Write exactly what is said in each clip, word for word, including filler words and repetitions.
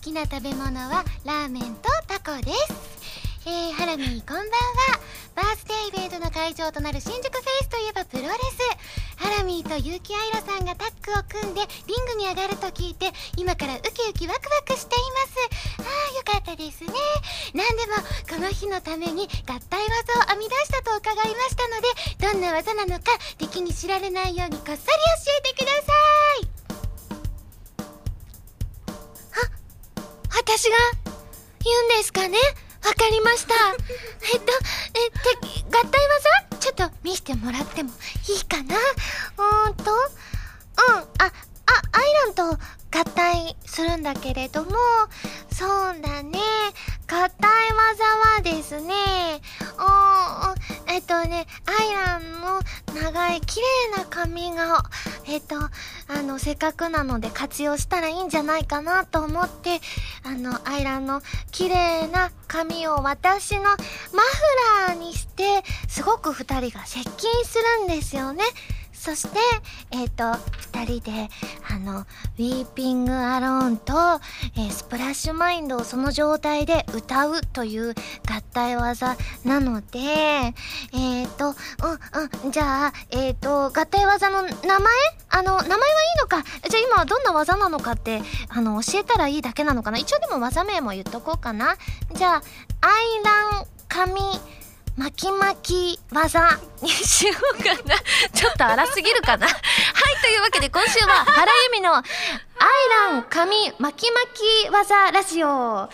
きな食べ物はラーメンとタコです。えー、ハラミーこんばんは。バースデーイベントの会場となる新宿フェイスといえばプロレス。ハラミーと結城愛羅さんがタッグを組んでリングに上がると聞いて、今からウキウキワクワクしています。あー、よかったですね。なんでもこの日のために合体技を編み出したと伺いましたので、どんな技なのか敵に知られないようにこっそり教えてください。私が言うんですかね。わかりました。えっと、え、て、合体技ちょっと見せてもらってもいいかな。うーんと、うん、あ、あ、アイランと合体するんだけれども、そうだね、合体技はですね、うーん、えっとね、アイランの長い綺麗な髪が、えっと、あの、せっかくなので活用したらいいんじゃないかなと思って、あの、アイランの綺麗な髪を私のマフラーにして、すごく二人が接近するんですよね。そして、えっと、二人で、あの、ウィーピングアローンと、えー、スプラッシュマインドをその状態で歌うという合体技なので、えっと、うんうん、じゃあ、えっと、合体技の名前あの、名前はいいのか。じゃあ今はどんな技なのかって、あの、教えたらいいだけなのかな。一応でも技名も言っとこうかな。じゃあ、アイラン髪、巻き巻き技にしようかな。ちょっと荒すぎるかな。はい、というわけで今週は原由美のアイラン髪巻き巻き技ラジオ。はい、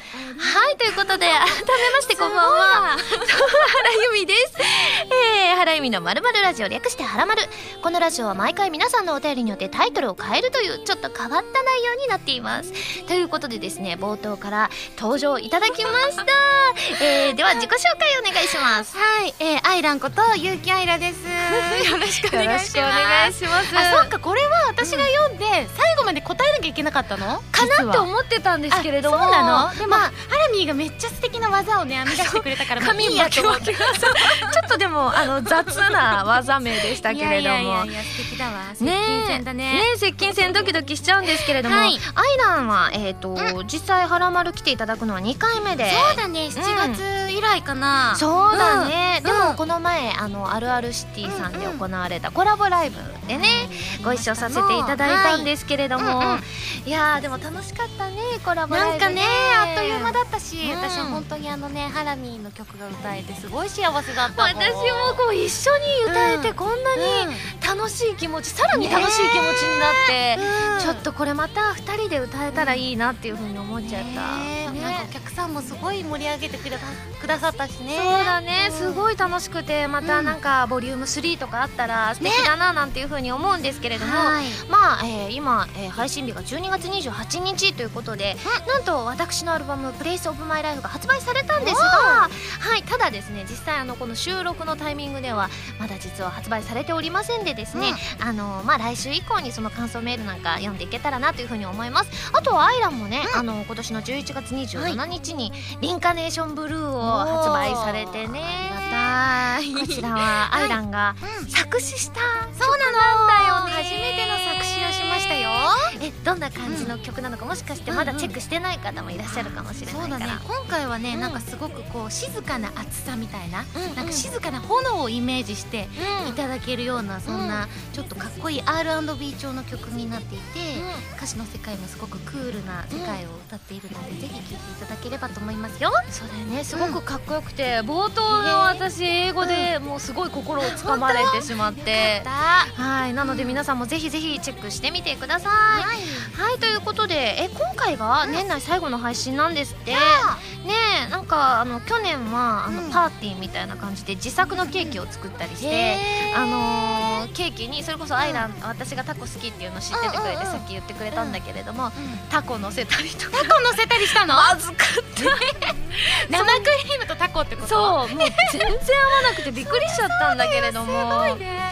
ということで改めましてこんばんは。原由美です。えー、原由美のまるまるラジオ、略してはらまる。このラジオは毎回皆さんのお便りによってタイトルを変えるというちょっと変わった内容になっています。ということでですね、冒頭から登場いただきました。えー、では自己紹介お願いします。 はい、えー、アイランこと結城愛羅です。よろしくお願いします。よろしくお願いします。 あ、そうか、これは私が読んで最後まで答えなきゃいけなかったのかなって思ってたんですけれども。 そうなの。 でも、まあ、ハラミーがめっちゃ素敵な技をね編み出してくれたから髪いいやと思って。ちょっとでもあの雑な技名でしたけれども。 いやいやいや、素敵だわ。接近戦だね。 ね、接近戦ドキドキしちゃうんですけれども、はい、アイランはえっと、うん、実際はらまる来ていただくのはにかいめで。 そうだね、しちがつ以来かな。 うん、そうだね。うん、でもこの前あのあるあるシティさんで行われたコラボライブでね、うん、ご一緒させていただいたんですけれども、はい、うんうん、いやーでも楽しかったね、コラボライブ、ね、 なんかね、あっという間だったし、うん、私は本当にあのね、ハラミーの曲が歌えてすごい幸せだったもん。 私もこう一緒に歌えてこんなに楽しい気持ち、さらに楽しい気持ちになって、ね、ちょっとこれまたふたりで歌えたらいいなっていう風に思っちゃった、 ねね、なんかお客さんもすごい盛り上げてくだくださったしね。 そうだね、すごい楽しくて、またなんかボリュームスリーとかあったら素敵だななんていう風に思うんですけれども、ね、まあ、えー、今、えー、配信日がじゅうにがつにじゅうはちにちということで、なんと私のアルバム「プレイスオブマイライフ」が発売されたんですが、はい、ただですね、実際あのこの収録のタイミングではまだ実は発売されておりませんでですね、うん、あのまあ来週以降にその感想メールなんか読んでいけたらなという風に思います。あとはアイランもね、うん、あの今年のじゅういちがつにじゅうしちにちに「リンカネーションブルー」を発売されてね、 ありがたい。 こちらはアイランが作詞したそうなのだよね。 初めての作詞をしましたよ。 え、どんな感じの曲なのか、もしかしてまだチェックしてない方もいらっしゃるかもしれないから。 そうだね、今回はね、なんかすごくこう静かな熱さみたいな、なんか静かな炎をイメージしていただけるような、そんなちょっとかっこいい アールアンドビー 調の曲になっていて、歌詞の世界もすごくクールな世界を歌っているので、ぜひ聴いていただければと思いますよ。 そうだよね、すごくかっこよくて、冒頭の私英語でもうすごい心をつかまれてしまって、はい、なので皆さんもぜひぜひチェックしてみてください。はい、はい、ということで、え今回が年内最後の配信なんですって。ねえ、なんかあの去年はあの、うん、パーティーみたいな感じで自作のケーキを作ったりして、あのー、ケーキにそれこそアイラン、うん、私がタコ好きっていうの知っててくれて、さっき言ってくれたんだけれども、うん、タコ乗せたりとか。 タコ乗せたりしたの？ まずかった生クリームとタコってこと？ そう、もう全然合わなくてびっくりしちゃったんだけれども。 すごいね。 ね、で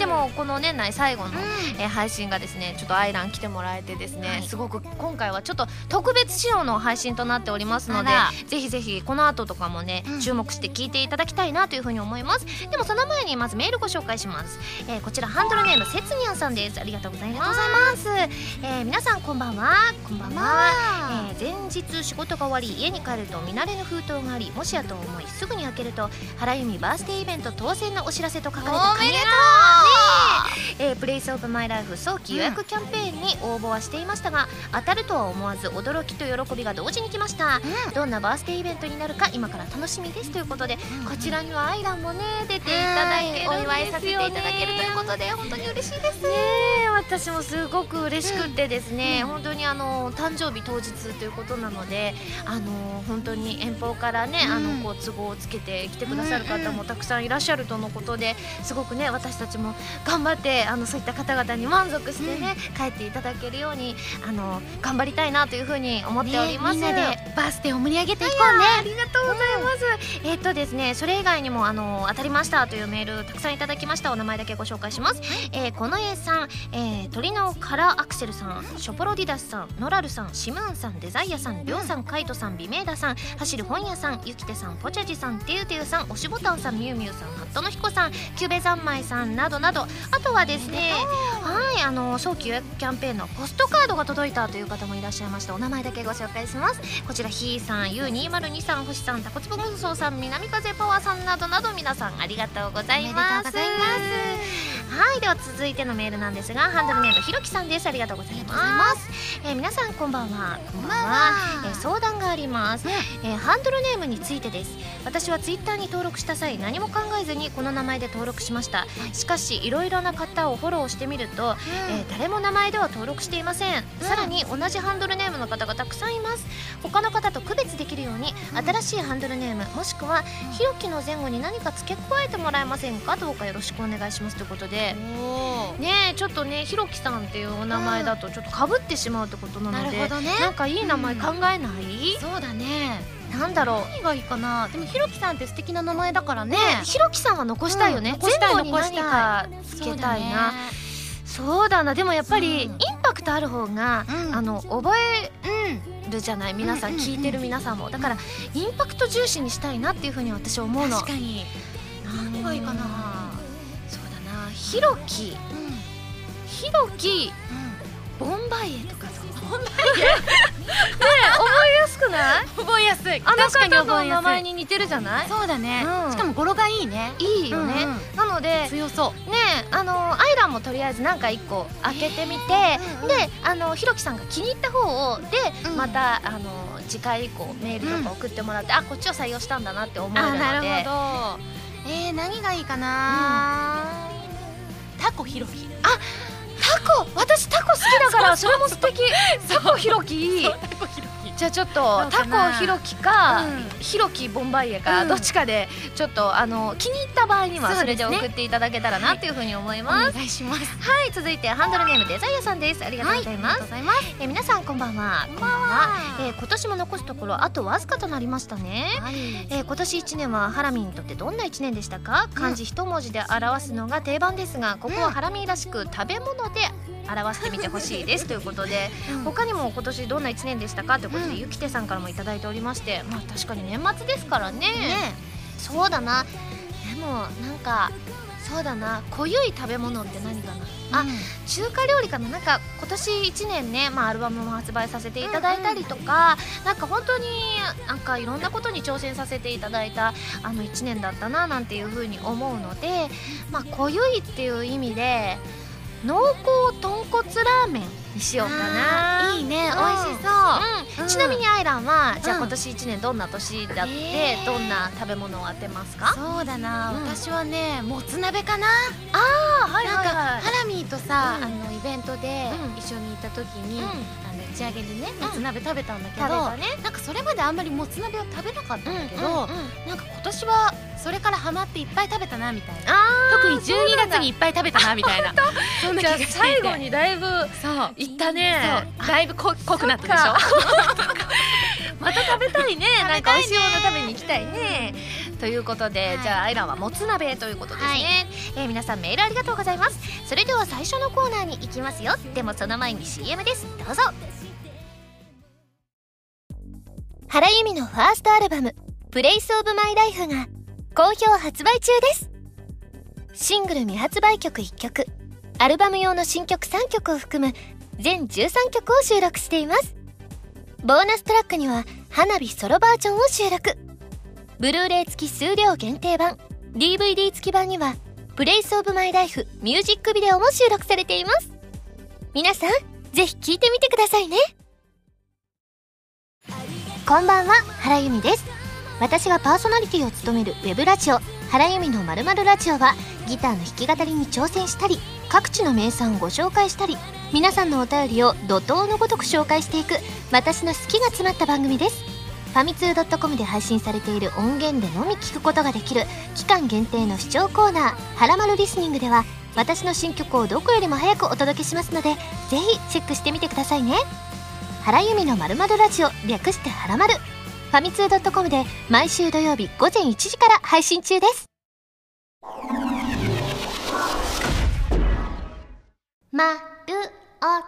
でもこの年内最後の、えー、配信がですねちょっとアイラン来てもらえてですね、はい、すごく今回はちょっと特別仕様の配信となっておりますので、ぜひぜひこの後とかもね、うん、注目して聞いていただきたいなというふうに思います。でもその前にまずメールご紹介します。えー、こちらハンドルネームせつにゃんさんです。ありがとうございます。えー、皆さんこんばんは。こんばんは。えー、前日仕事が終わり家に帰ると見慣れぬ封筒があり、もしやと思いすぐに開けると原由美バースデーイベント当選のお知らせと書かれた紙が、ねえー、プレイスオブマイライフ早期予約キャンペーンに応募はしていましたが、当たるとは思わず驚きと喜びが同時に来ました、うん、どんなバースデーイベントになるか今から楽しみですということで、うん、こちらにはアイランもね出ていただけるんですよね。お祝いさせていただけるということで本当に嬉しいですね。私もすごく嬉しくってですね、うん、本当にあの誕生日当日ということなので、あの本当に遠方からね、うん、あのこう都合をつけて来てくださる方もたくさんいらっしゃるとのことで、すごくね私たちも頑張ってあのそういった方々に満足してね、うん、帰っていただけるようにあの頑張りたいなというふうに思っております、ね、みんなでバースデーを盛り上げていこうね。ありがとうございます、うん、えー、っとですねそれ以外にもあの当たりましたというメールたくさんいただきました。お名前だけご紹介します。えー、このえさん、えー、鳥のカラーアクセルさん、ショポロディダスさん、ノラルさん、シムーンさん、デザイアさん、りょうさん、カイトさん、ビメーダさん、走る本屋さん、ゆきてさん、ポチャジさん、テウテウさん、押しボタンさん、ミュウミュウさん、ハットのひこさん、キュベ三昧さんなどなど、あとはですね、はいあの早期予約キャンペーンのポストカードが届いたという方もいらっしゃいました。お名前だけご紹介します。こちらひーさん、ユーにーまるにさん、星さん、タコツボ軍曹さん、南風パワーさんなどなど皆さんありがとうございます。はい、では続いてのメールなんですが、ハンドルネームひろきさんです。ありがとうございます。えー、皆さんこんばんは。こんばんは。えー、相談があります、えー、ハンドルネームについてです。私はツイッターに登録した際何も考えずにこの名前で登録しました。しかしいろいろな方をフォローしてみると、うん、えー、誰も名前では登録していません、うん、さらに同じハンドルネームの方がたくさんいます。他の方と区別できるように、うん、新しいハンドルネームもしくはひろきの前後に何か付け加えてもらえませんか。どうかよろしくお願いしますということで、ねえちょっとねひろきさんっていうお名前だとちょっとかぶってしまうってことなので、うん、なるほどね、なんかいい名前考えない、うん、そうだね。なんだろう、何がいいかな。でもひろきさんって素敵な名前だからね。ひろきさんは残したいよね、うん、前後に何かつけたいな。そうだな。でもやっぱりインパクトある方が、うん、あの覚えるじゃない、皆さん、聞いてる皆さんも。だからインパクト重視にしたいなっていうふうに私は思うの。確かに。何がいいかな。そうだな、ひろき、ひろき、ボンバイエとかさ。ボンバイエねえ覚えやすくない？覚えやすい。あの方の名前に似てるじゃない？そうだね、うん、しかも語呂がいいね。いいよね、うんうん、なので強そうね。えあのアイランもとりあえずなんかいっこ開けてみて、うんうん、であのひろきさんが気に入った方をで、うん、またあの次回以降メールとか送ってもらって、うん、あこっちを採用したんだなって思えるので。あなるほど。えー、何がいいかな、うん、タコひろき。あタコ、私タコ好きだからそれも素敵。タコひろきいい。じゃあちょっとタコひろきかひろきボンバイエか、うん、どっちかでちょっとあの気に入った場合にはそれで送っていただけたらなっていうふうに思います。お願いします。はい、続いてハンドルネームデザイアさんです。ありがとうございます。はい、えー、皆さんこんばんは。こんばんは。えー、今年も残すところあとわずかとなりましたね。はい、えー、今年いちねんはハラミーにとってどんないちねんでしたか？漢字一文字で表すのが定番ですが、ここはハラミーらしく食べ物で表してみてほしいですということで、うん、他にも今年どんないちねんでしたかということで、うん、ゆきてさんからもいただいておりまして、まあ確かに年末ですからね。ね、そうだな。でもなんかそうだな、濃ゆい食べ物って何かな、うん、あ中華料理かな。なんか今年いちねんね、まあ、アルバムも発売させていただいたりとか、うんうん、なんか本当になんかいろんなことに挑戦させていただいたあのいちねんだったななんていうふうに思うので、まあ濃ゆいっていう意味で濃厚豚骨ラーメンにしようかな。いいね、美味しそう、うんうん、ちなみにアイランは、うん、じゃあ今年いちねんどんな年だって、えー、どんな食べ物を当てますか？そうだな、うん、私はねもつ鍋かな。あー、はいはいはい、なんかハラミーとさ、うん、あのイベントで一緒にいた時に、うん、あの打ち上げでねもつ鍋食べたんだけど、うんね、なんかそれまであんまりもつ鍋を食べなかったんだけど、うんうんうん、なんか今年はそれからハマっていっぱい食べたなみたいな。特にじゅうにがつにいっぱい食べたなみたいな。そんな気がしていて、最後にだいぶいったね。だいぶ濃くなったでしょ。また食べたいね。なんか美味しいもの食べに行きたいね。 ということで、はい、じゃあアイランはもつ鍋ということですね、はい、えー、皆さんメールありがとうございます。それでは最初のコーナーに行きますよ。でもその前に シーエム です。どうぞ。原由美のファーストアルバムプレイスオブマイライフが好評発売中です。シングル未発売曲いっきょく、アルバム用の新曲さんきょくを含む全じゅうさんきょくを収録しています。ボーナストラックには花火ソロバージョンを収録。ブルーレイ付き数量限定版、 ディーブイディー 付き版にはプレイスオブマイライフミュージックビデオも収録されています。皆さんぜひ聴いてみてくださいね。こんばんは、原由美です。私がパーソナリティを務めるウェブラジオ原由美のまるまるラジオは、ギターの弾き語りに挑戦したり、各地の名産をご紹介したり、皆さんのお便りを怒涛のごとく紹介していく私の好きが詰まった番組です。ファミツー .com で配信されている音源でのみ聞くことができる期間限定の視聴コーナー、はらまるリスニングでは、私の新曲をどこよりも早くお届けしますので、ぜひチェックしてみてくださいね。原由美のまるまるラジオ、略してはらまる。ファミツー .com で毎週土曜日ごぜんいちじから配信中です。まるおた。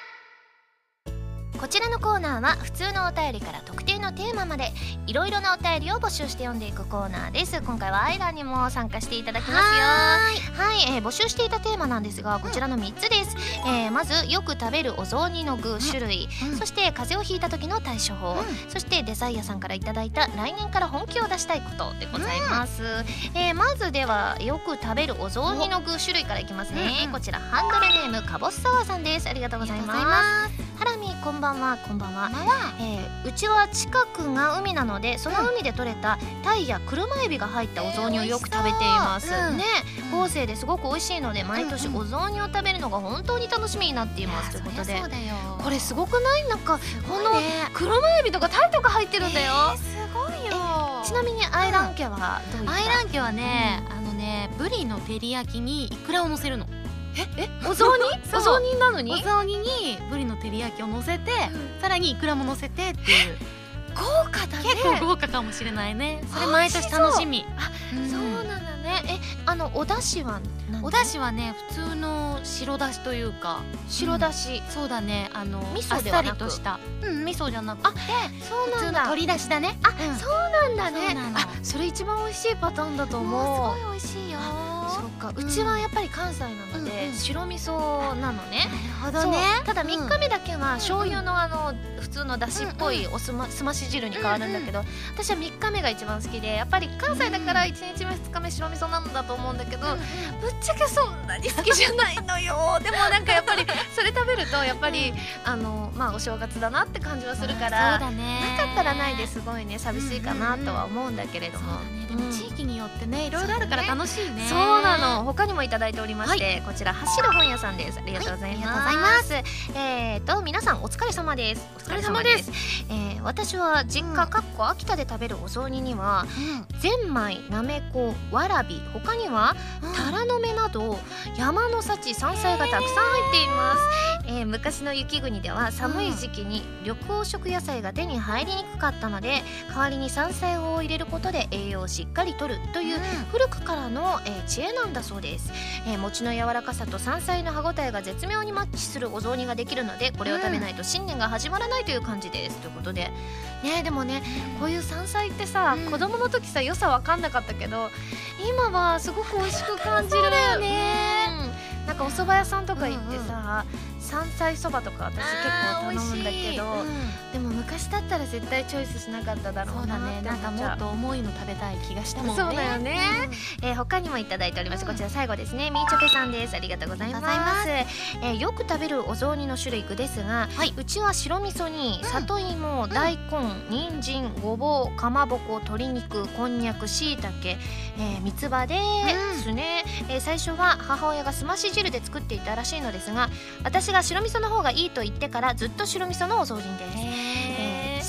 こちらのコーナーは普通のお便りから特定のテーマまでいろいろなお便りを募集して読んでいくコーナーです。今回はアイランにも参加していただきますよ。はい、えー、募集していたテーマなんですが、こちらのみっつです。えー、まずよく食べるお雑煮の具種類、うん、そして風邪をひいた時の対処法、うん、そしてデザイアさんからいただいた来年から本気を出したいことでございます。うん、えー、まずではよく食べるお雑煮の具種類からいきますね。うんうん、こちらハンドルネームかぼすサワーさんです。ありがとうございます。ハラミこんばんは。こんばんは。えー、うちは近くが海なので、その海で採れたタイや車エビが入ったお雑煮をよく食べています、えー、ね、うん、豪勢ですごく美味しいので、毎年お雑煮を食べるのが本当に楽しみになっています、うんうん、ということで、これすごくない？なんか、ね、この車エビとかタイとか入ってるんだよ、 えー、すごいよ。 ちなみにアイラン家はどういった？ アイラン家はね、うん、あのね、ブリの照り焼きにイクラを乗せるの。 ええ、お雑煮お雑煮なのにお雑煮にブリの照り焼きを乗せて、うん、さらにイクラも乗せてっていう豪華だね。 結構豪華かもしれないね。それ毎年楽しみ。 あ、うん、そうなんだね。え、あのお出汁はお出汁はね、普通の白だしというか、 白だし、 うん、そうだね、あの味噌ではなく、 あっさりとした、うん、味噌じゃなくて、 そうなんだ、 普通の鶏だしだね。 あ、うん、そうなんだね。あ、それ一番美味しいパターンだと思う。 すごい美味しいよ。 そうか、うちはやっぱり関西なので、うん、白味噌なのね。 なるほどね。 ただみっかめだけは醤油のあの普通のだしっぽいおすま、すまし汁に変わるんだけど、私はみっかめが一番好きで、やっぱり関西だからいちにちめふつかめ白味噌なんだと思うんだけど、ぶっちゃけそんなに好きじゃないのよ。でもなんかやっぱりそれ食べるとやっぱりあのまあお正月だなって感じはするから、 そうだね、 なかったらないですごいね寂しいかなとは思うんだけれども、 でも地域によってね、いろいろあるから楽しいね。 そうなの。他にもいただいておりまして、はい、こちら走る本屋さんです。ありがとうございます。はい、えーと皆さんお疲れ様です。お疲れ様です。えー、私は実家かっこ秋田で食べるお雑煮には、うん、ゼンマイ、なめこ、わらび、他には、うん、タラの芽など山の幸、山菜がたくさん入っています。えー、昔の雪国では寒い時期に緑黄色野菜が手に入りにくかったので、代わりに山菜を入れることで栄養をしっかりとるという古くからの、えー、知恵なんだそうです。えー、餅の柔らかさと山菜の歯ごたえが絶妙にマッチするお雑煮ができるので、これを食べないと新年が始まらないという感じです、ということでね。でもね、こういう山菜ってさ、うん、子供の時さ良さ分かんなかったけど、今はすごく美味しく感じる。そうだよね、うん、なんかお蕎麦屋さんとか行ってさ、うんうん、山菜そばとか私結構頼むんだけど、うん、でも昔だったら絶対チョイスしなかっただろうな。 そうだね、なんかもっと重いの食べたい気がしたもんね。 そうだよね、うん、えー、他にもいただいております。こちら最後ですね、みーちょぺさんです。ありがとうございます。えー、よく食べるお雑煮の種類具ですが、はい、うちは白味噌に里芋、うん、大根、人参、ごぼう、かまぼこ、鶏肉、こんにゃく、しいたけ、えー、三つ葉ですね、うん、えー、最初は母親がすまし汁で作っていたらしいのですが、私が白味噌の方がいいと言ってからずっと白味噌のお雑煮です。えー、ち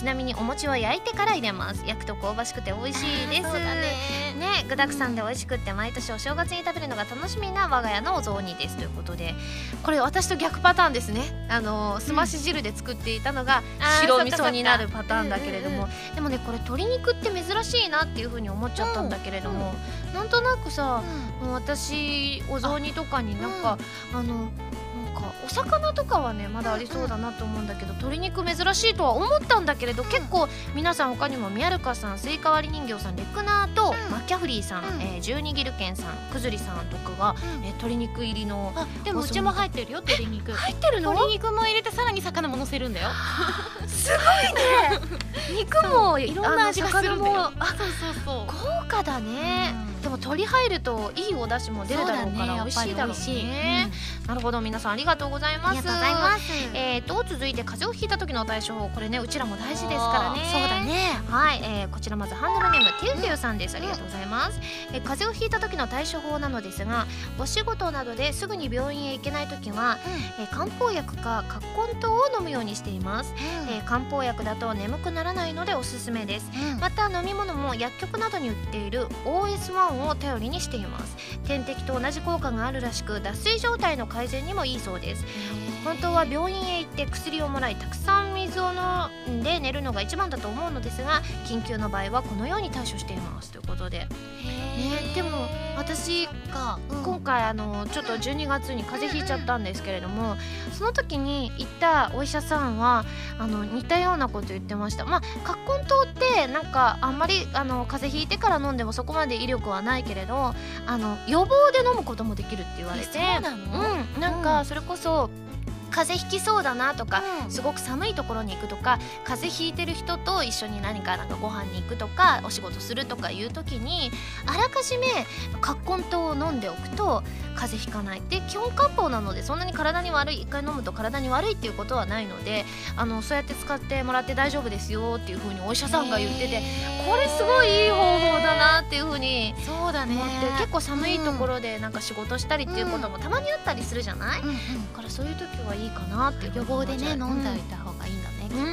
ちなみにお餅は焼いてから入れます。焼くと香ばしくて美味しいです。 そうだね。 ね、具だくさんで美味しくって毎年お正月に食べるのが楽しみな我が家のお雑煮ですということで、これ私と逆パターンですね。あのすまし汁で作っていたのが白味噌になるパターンだけれども、でもねこれ鶏肉って珍しいなっていう風に思っちゃったんだけれども、うん、なんとなくさ、うん、私お雑煮とかになんかあ,、うん、あのお魚とかはねまだありそうだなと思うんだけど、鶏肉珍しいとは思ったんだけれど、うん、結構皆さん他にもみやるかさん、スイカ割り人形さん、レクナーと、うん、マッキャフリーさん、うん、えー、十二ギルケンさん、くずりさんとかが、うん、えー、鶏肉入りの、 あでもうちも入ってるよ鶏肉。 入ってるの？ 鶏肉も入れてさらに魚も乗せるんだよ。 すごいね。肉もいろんな味がするんだよ。 あ、そうそうそう。豪華だね。うん、でも鶏入るといいお出汁も出るだろうから美味しいだろうね。うん、なるほど、皆さんありがとうございます。 ありがとうございます。 えーと続いて風邪をひいた時の対処法、これねうちらも大事ですからね。 そうだね。 はい、えー、こちらまずハンドルネームテューテューさんです。ありがとうございます。えー、風邪をひいた時の対処法なのですが、お仕事などですぐに病院へ行けない時は、うん、えー、漢方薬か葛根湯を飲むようにしています。うん、えー、漢方薬だと眠くならないのでおすすめです。うん、また飲み物も薬局などに売っている オーエスワン を頼りにしています。点滴と同じ効果があるらしく、脱水状態の改善にもいいそうです。本当は病院へ行って薬をもらいたくさん水を飲んで寝るのが一番だと思うのですが、緊急の場合はこのように対処していますということで、ね、でも私が今回あのちょっとじゅうにがつに風邪ひいちゃったんですけれども、その時に行ったお医者さんはあの似たようなこと言ってました。まあ葛根湯ってなんかあんまりあの風邪ひいてから飲んでもそこまで威力はないけれど、あの予防で飲むこともできるって言われて、 そうなの？ うん、なんかそれこそ風邪ひきそうだなとか、うん、すごく寒いところに行くとか、風邪ひいてる人と一緒に何かなんかご飯に行くとかお仕事するとかいう時にあらかじめ葛根湯を飲んでおくと風邪ひかない。で基本漢方なのでそんなに体に悪い、一回飲むと体に悪いっていうことはないので、あのそうやって使ってもらって大丈夫ですよっていう風にお医者さんが言ってて、これすごいいい方法だなっていう風に思って、結構寒いところでなんか仕事したりっていうこともたまにあったりするじゃない、うんうん、だからそういう時はいいかなっていう予防でね飲んでおいた方がいいんだね、きっと。うん、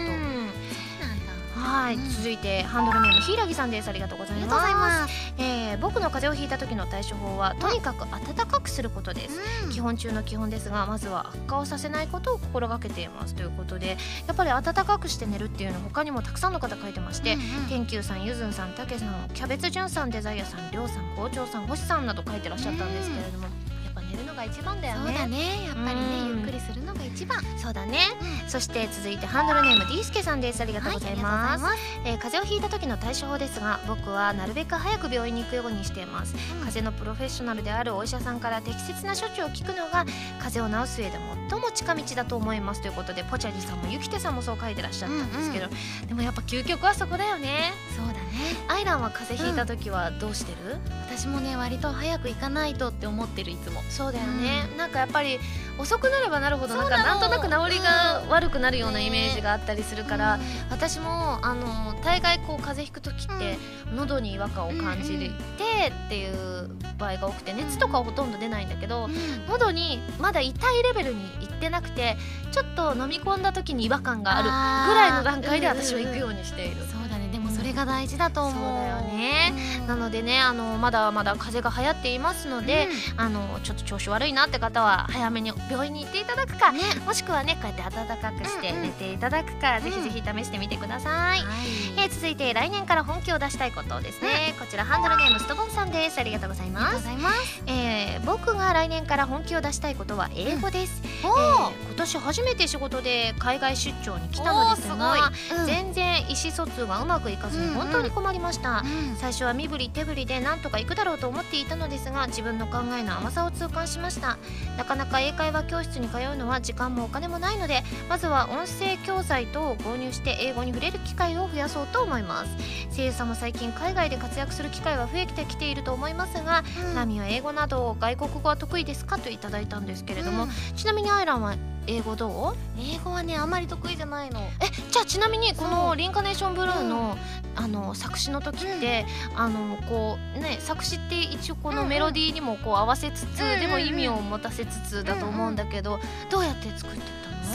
はい、うん、続いてハンドルネームひいらぎさんです。ありがとうございます。えー、僕の風邪をひいた時の対処法はとにかく暖かくすることです。うん、基本中の基本ですが、まずは悪化をさせないことを心がけていますということで、やっぱり暖かくして寝るっていうのは他にもたくさんの方書いてまして、天球、うん、さん、ゆずんさん、たけさん、キャベツじゅんさん、デザイアさん、りょうさん、校長さん、星さんなど書いてらっしゃったんですけれども、寝るのが一番だよね。 そうだね、やっぱりね、ゆっくりするのが一番。 そうだね、うん、そして続いてハンドルネーム D スケさんです。ありがとうございます。はい、えー、風邪をひいた時の対処法ですが、僕はなるべく早く病院に行くようにしています。うん、風邪のプロフェッショナルであるお医者さんから適切な処置を聞くのが風邪を治す上で最も近道だと思いますということで、ポチャリさんもゆきてさんもそう書いてらっしゃったんですけど、うんうん、でもやっぱ究極はそこだよね。 そうだね。 アイランは風邪ひいた時はどうしてる？ うん、私もね割と早く行かないとって思ってる、いつも。 そうだよね、うん、なんかやっぱり遅くなればなるほどなんかなんとなく治りが悪くなるようなイメージがあったりするから、うん、私もあの大概こう風邪ひく時って喉に違和感を感じてっていう場合が多くて、熱とかはほとんど出ないんだけど、うん、喉にまだ痛いレベルにいってなくてちょっと飲み込んだ時に違和感があるぐらいの段階で私は行くようにしている。 そうだね、でもそれが大事だと思う。 そうだよね、うん、なのでね、あのまだまだ風邪が流行っていますので、うん、あのちょっと調子悪いなって方は早めに病院に行っていただくか、ね、もしくはねこうやって暖かくして寝ていただくか、うんうん、ぜひぜひ試してみてください。はい、えー、続いて来年から本気を出したいことですね。うん、こちらハンドルネームストボンさんです。ありがとうございます。ありがとうございます。えー、僕が来年から本気を出したいことは英語です。うん、えー、今年初めて仕事で海外出張に来たのですが、うん、全然意思疎通がうまくいかずに本当に困りました。うんうん、最初は身振り手振りでなんとか行くだろうと思っていたのですが、自分の考えの甘さを痛感しました。なかなか英会話教室に通うのは時間もお金もないので、まずは音声教材等を購入して英語に触れる機会を増やそうと思います。声優さんも最近海外で活躍する機会は増えてきていると思いますが、うん、ナミは英語など外国語は得意ですかといただいたんですけれども、うん、ちなみにアイランは英語どう？ 英語はねあんまり得意じゃないの。 え、じゃあちなみにこのリンカネーションブルーの、うん、あの作詞の時って、うん、あのこうね、作詞って一応このメロディーにもこう合わせつつ、うんうん、でも意味を持たせつつだと思うんだけど、うんうん、どうやって作ってたの？ そうだね、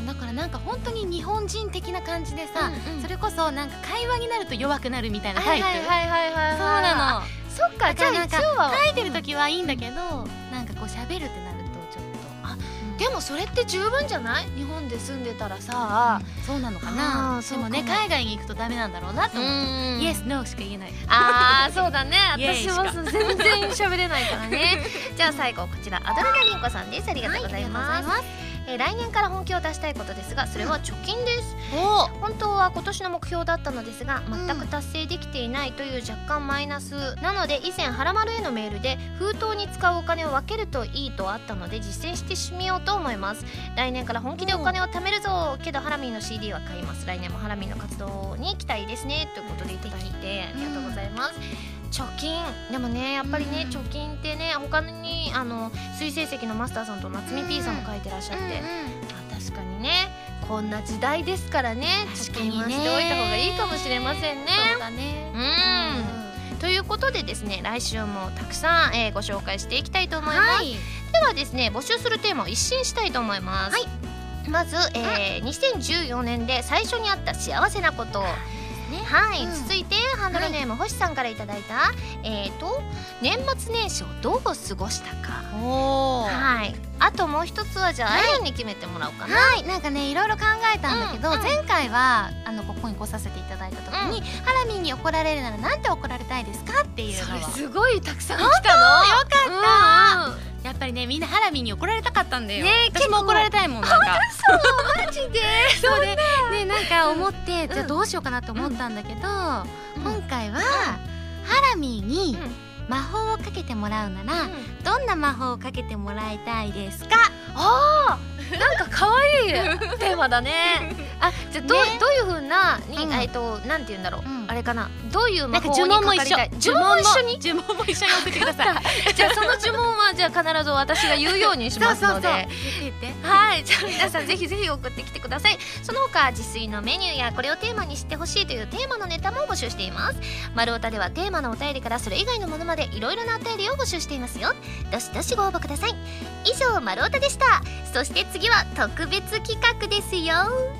だからなんか本当に日本人的な感じでさ、うんうん、それこそなんか会話になると弱くなるみたいなタイプ。はいはいはいはいはい。そうなの。 そっか、じゃあなんか書いてる時はいいんだけど、なんかこう喋るってなるとちょっと、あ、 でもそれって十分じゃない？日本で住んでたらさ、 うん、そうなのかな。でもね、海外に行くとダメなんだろうなと思って、イエスノーしか言えない。 ああ、そうだね。私も全然喋れないからね。じゃあ最後こちらアドレナリンコさんです。ありがとうございます。はい、えー、来年から本気を出したいことですが、それは貯金です。うん、本当は今年の目標だったのですが、全く達成できていないという若干マイナスなので、以前はらまるへのメールで封筒に使うお金を分けるといいとあったので実践してみようと思います。来年から本気でお金を貯めるぞ、けどハラミーの シーディー は買います。来年もハラミーの活動に期待ですね、ということでいただいてありがとうございます。貯金でもね、やっぱりね、貯金ってね、他にあの水星石のマスターさんと夏美 P さんも書いてらっしゃって、うんうん、あ、確かにね、こんな時代ですからね、貯金はしておいた方がいいかもしれませんね。 そうだね。 うん、うん、ということでですね、来週もたくさん、えー、ご紹介していきたいと思います。はい、ではですね、募集するテーマを一新したいと思います。はい、まず、えー、にせんじゅうよねんで最初にあった幸せなこと。はい、うん、続いてハンドルネーム、はい、星さんからいただいた、えーと年末年始をどう過ごしたか。おー、はい、あともう一つはじゃあ、はい、アイランに決めてもらおうかな。 はい、なんかね、いろいろ考えたんだけど、うんうん、前回はあのここに来させていただいた時に、うん、ハラミーに怒られるならなんて怒られたいですかっていうのはすごいたくさん来たの。 よかった、うんうん、やっぱりね、みんなハラミーに怒られたかったんだよ、ね、私も怒られたいもん。なんかそうマジでそうでね、なんか思って、じゃあどうしようかなと思ったんだけど、うん、今回は、うん、ハラミーに魔法をかけてもらうなら、うん、どんな魔法をかけてもらいたいですか。 あー、なんか可愛いテーマだね。あ、じゃあどう、ね、どういう風なに、うん、えっとなんて言うんだろう、うん、あれかな、どういう魔法にかかりたい。 呪文も一緒に呪文も一緒に送ってください。 じゃあその呪文はじゃあ必ず私が言うようにしますので、そうそうそう、 言って言って。 はい、じゃあ皆さんぜひぜひ送ってきてください。その他自炊のメニューやこれをテーマにしてほしいというテーマのネタも募集しています。丸太ではテーマのお便りからそれ以外のものまでいろいろなお便りを募集していますよ。どしどしご応募ください。以上、丸太でした。そして次は特別企画ですよ。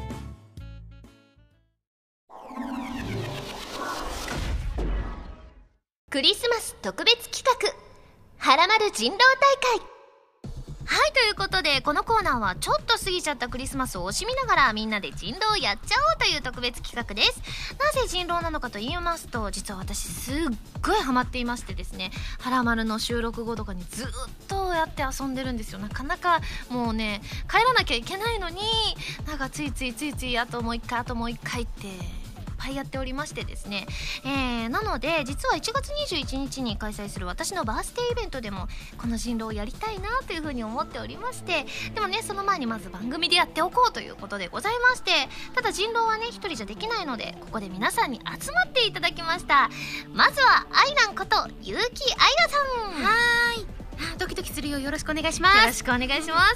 クリスマス特別企画、はらまる人狼大会。はい、ということでこのコーナーはちょっと過ぎちゃったクリスマスを惜しみながらみんなで人狼をやっちゃおうという特別企画です。なぜ人狼なのかと言いますと、実は私すっごいハマっていましてですね、はらまるの収録後とかにずっとやって遊んでるんですよ。なかなかもうね、帰らなきゃいけないのに、なんかついついついついあともう一回あともう一回っていっぱいやっておりましてですね、えー、なので実はいちがつにじゅういちにちに開催する私のバースデーイベントでもこの人狼をやりたいなというふうに思っておりまして、でもね、その前にまず番組でやっておこうということでございまして、ただ人狼はね一人じゃできないので、ここで皆さんに集まっていただきました。まずはアイランこと結城アイラさん。 はーい、ドキドキするよ、よろしくお願いします。 よろしくお願いします。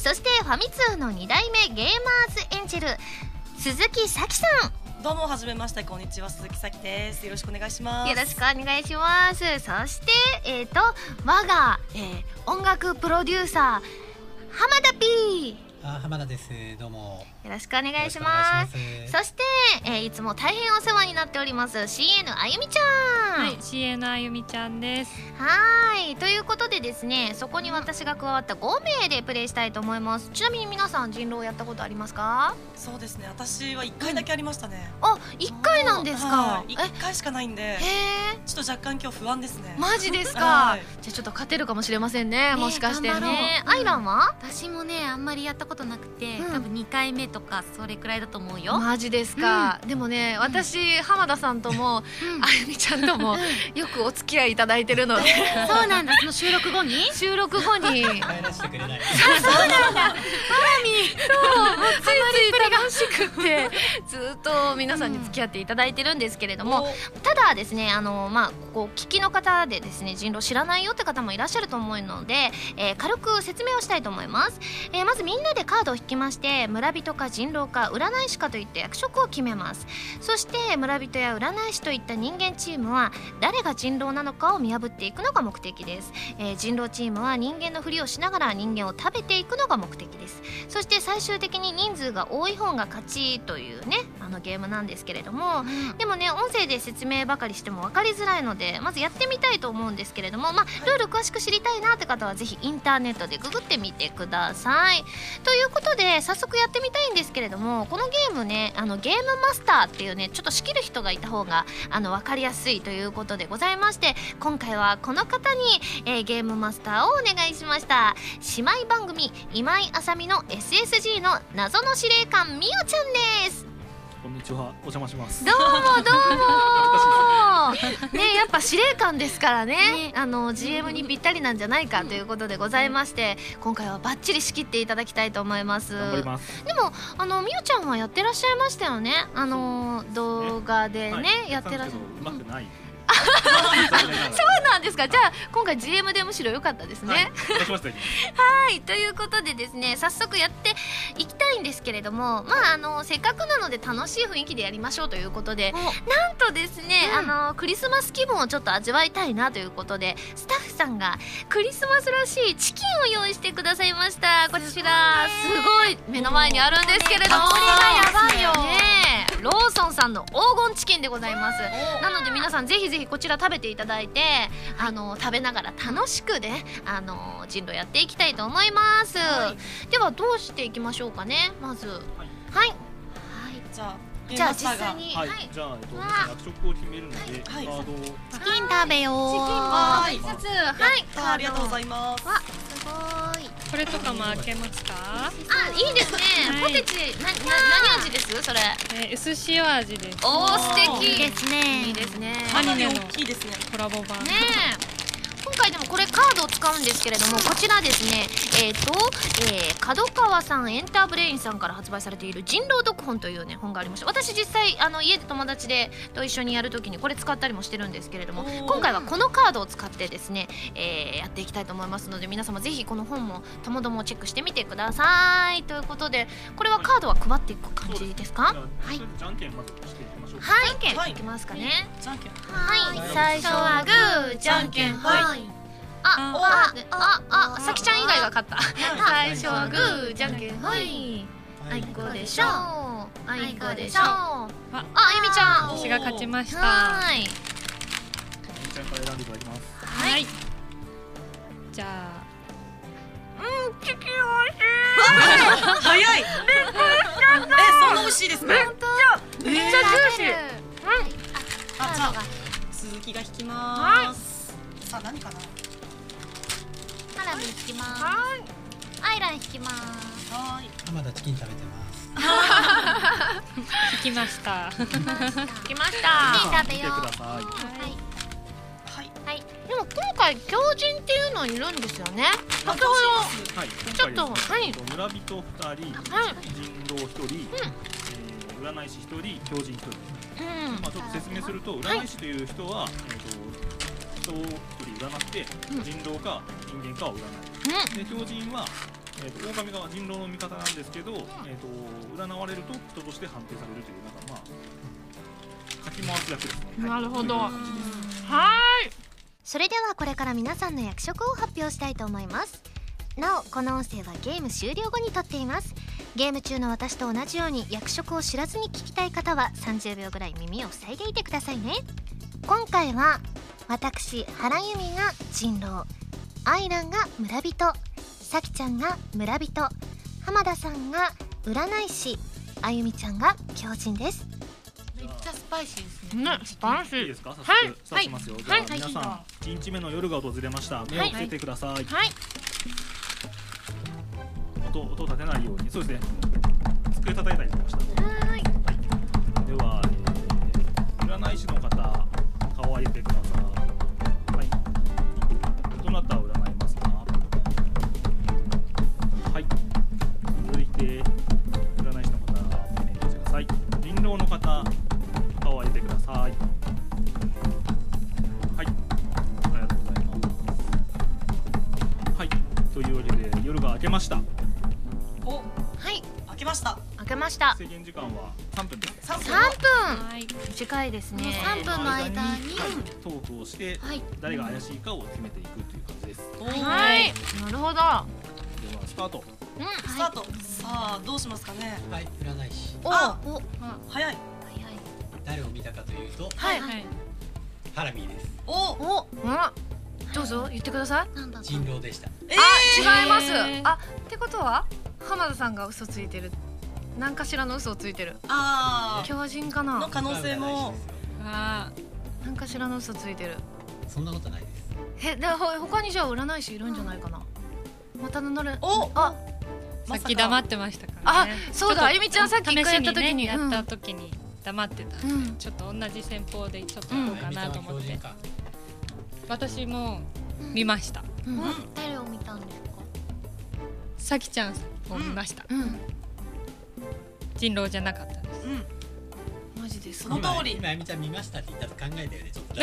そしてファミ通のにだいめゲーマーズエンジェル鈴木咲さん。 どうも、はじめまして、こんにちは、鈴木咲です。よろしくお願いします。 よろしくお願いします。そしてえーと我が、えー、音楽プロデューサー浜田 P。 あ、浜田です。どうもよろしくお願いします。そして、えー、いつも大変お世話になっております シーエヌ あゆみちゃん。 はい、シーエヌ あゆみちゃんです。 はい、ということでですね、そこに私が加わったごめいでプレイしたいと思います。ちなみに皆さん人狼やったことありますか？ そうですね、私はいっかいだけありましたね。 うん、あ、いっかいなんですか？ いっかいしかないんで、ちょっと若干今日不安ですね。 マジですか？じゃあちょっと勝てるかもしれませんね、もしかしてね。アイランは？ 私もね、あんまりやったことなくて、多分にかいめとかそれくらいだと思うよ。 マジですか？でもね、私浜田さんともあゆみちゃんともよくお付き合いいただいてるので。 そうなんだ。その収録後に収録後に帰らせてくれない。 そうなんだ。ハラミ、 そう、もうついつい楽しくてずっと皆さんに付き合っていただいてるんですけれども、ただですね、あのまあこう聞きの方でですね、人狼知らないよって方もいらっしゃると思うので、えー、軽く説明をしたいと思います。えー、まずみんなででカードを引きまして村人か人狼か占い師かといった役職を決めます。そして村人や占い師といった人間チームは誰が人狼なのかを見破っていくのが目的です。えー、人狼チームは人間のふりをしながら人間を食べていくのが目的です。そして最終的に人数が多い方が勝ちというねあのゲームなんですけれども、うん、でもね音声で説明ばかりしても分かりづらいのでまずやってみたいと思うんですけれども、まあ、ルール詳しく知りたいなって方はぜひインターネットでググってみてください。ということで早速やってみたいんですけれども、このゲームねあのゲームマスターっていうねちょっと仕切る人がいた方があの分かりやすいということでございまして、今回はこの方に、えー、ゲームマスターをお願いしました。姉妹番組今井あさみの エスエスジー の謎の司令官みおちゃんです。 こんにちは、お邪魔します。 どうもどうもね、やっぱ司令官ですからね、ねあの ジーエム にぴったりなんじゃないかということでございまして、今回はバッチリ仕切っていただきたいと思います。 頑張ります。 でもあのみおちゃんはやってらっしゃいましたよね、あの動画でね、はい、やってらっしゃる。 うまくない、うんそうなんですか。じゃあ今回 ジーエム でむしろ良かったですね。はい、ということでですね早速やっていきたいんですけれども、まああのせっかくなので楽しい雰囲気でやりましょうということで、なんとですね、うん、あのクリスマス気分をちょっと味わいたいなということでスタッフさんがクリスマスらしいチキンを用意してくださいました。こちらすごい目の前にあるんですけれども、これがやばいよね。ローソンさんの黄金チキンでございます。なので皆さんぜひぜひこちら食べていただいて、あの食べながら楽しくねあの人狼やっていきたいと思います、はい、ではどうしていきましょうかね。まずはい、はい、 じゃあじゃあ実際に、 はい、はい、じゃあ、えっと、役職を決めるので、はい、カードをチキン食べよう。 チキンも一つ、はい、 ありがとうございます。 わ、すごい。 これとかも開けますか？ あ、いいですね。ポテチ、な、な、何味です？それ。 えー、薄塩味です。 おー、素敵。 いいですね。 いいですね。 アニメのいいですね。 コラボ版。 ねえ。今回でもこれカードを使うんですけれども、こちらですね、えっと、えー、角川さんエンターブレインさんから発売されている人狼読本というね本がありました。私実際あの家で友達でと一緒にやるときにこれ使ったりもしてるんですけれども、今回はこのカードを使ってですね、えー、やっていきたいと思いますので、皆様ぜひこの本もともどもチェックしてみてください。ということでこれはカードは配っていく感じですか？はい。 じゃんけんまずしていきましょう。 はい。じゃんけんいきますかね。 じゃんけん。 はい。最初はグー、じゃんけんはい。あ、あ、あ、あ、さきちゃん以外が勝った。最初はグー、じゃんけんはい。あいこでしょう。あいこでしょう。あ、あゆみちゃん。 私が勝ちました。 はい。 あゆみちゃんから選んでいただきます。 はい。じゃあ。 うん、チキン美味しい。 早い。え、そんな美味しいですか？ めっちゃ、めっちゃジューシー。 あ、じゃあ鈴木が引きます。さあ何かな。 ハラミ引きます。アイラン引きます。 はい。 まだチキン食べてます。 引きました。 引きました。 チキン食べよう。 はい。 はい。でも今回狂人っていうのいるんですよね。先ほどはい。 ちょっとはい。 村人二人、人狼一人、占い師一人、狂人一人。まあちょっと説明すると、占い師という人はえっと人を一人占って人狼か人間かを占う。で狂人はえっと狼が人狼の味方なんですけど、えっと占われると人として判定されるというなんかまあかき回す役ですね。 なるほど。はい。それではこれから皆さんの役職を発表したいと思います。なおこの音声はゲーム終了後に撮っています。ゲーム中の私と同じように役職を知らずに聞きたい方はさんじゅうびょうぐらい耳を塞いでいてくださいね。今回は私原由美が人狼、アイランが村人、さきちゃんが村人、浜田さんが占い師、あゆみちゃんが狂人です。 めっちゃスパイシーですね。 ね、スパイシー。 いいですか？早速刺しますよ。じゃあ皆さんいちにちめの夜が訪れました。目を伏せてください。 はい。 音音立てないように。そうですね。机叩いたりとかした。 はい。 では、えー、占い師の方顔を上げてください。はい。どなたを占いますか？はい。続いて占い師の方目を閉じてください。人狼の方顔を上げてください。はい。ありがとうございます。はい。というわけで夜が明けました。 お、 はい、 開けました。 開けました。 制限時間はさんぷんです。 さんぷん。はい、短いですね。 さんぷんの間にトークをして誰が怪しいかを決めていくという感じです。 はい、なるほど。ではスタート。 うん、 スタート。さあどうしますかね。 はい、占い師。 あ、お、早い。 誰を見たかというと、 はいはい、 ハラミーです。 おお、どうぞ言ってください。 人狼でした。 あ、違います。あ、ってことは浜田さんが嘘ついてる。何かしらの嘘をついてる。 ああ、 狂人かなの可能性も。 ああ、何かしらの嘘ついてる。 そんなことないです。 え、で他にじゃあ占い師いるんじゃないかな。また名乗る。 お、 あ、 さっき黙ってましたからね。 あ、そうだ、あゆみちゃんさっき一回やった時にやった時に黙ってた。ちょっと同じ戦法でちょっとどうかなと思って。私も見ました。 誰を見たんですか。 さきちゃんを見ました。人狼じゃなかったです。 マジです。 その通り。 今あゆみちゃん見ましたって言ったと考えたよね、ちょっと。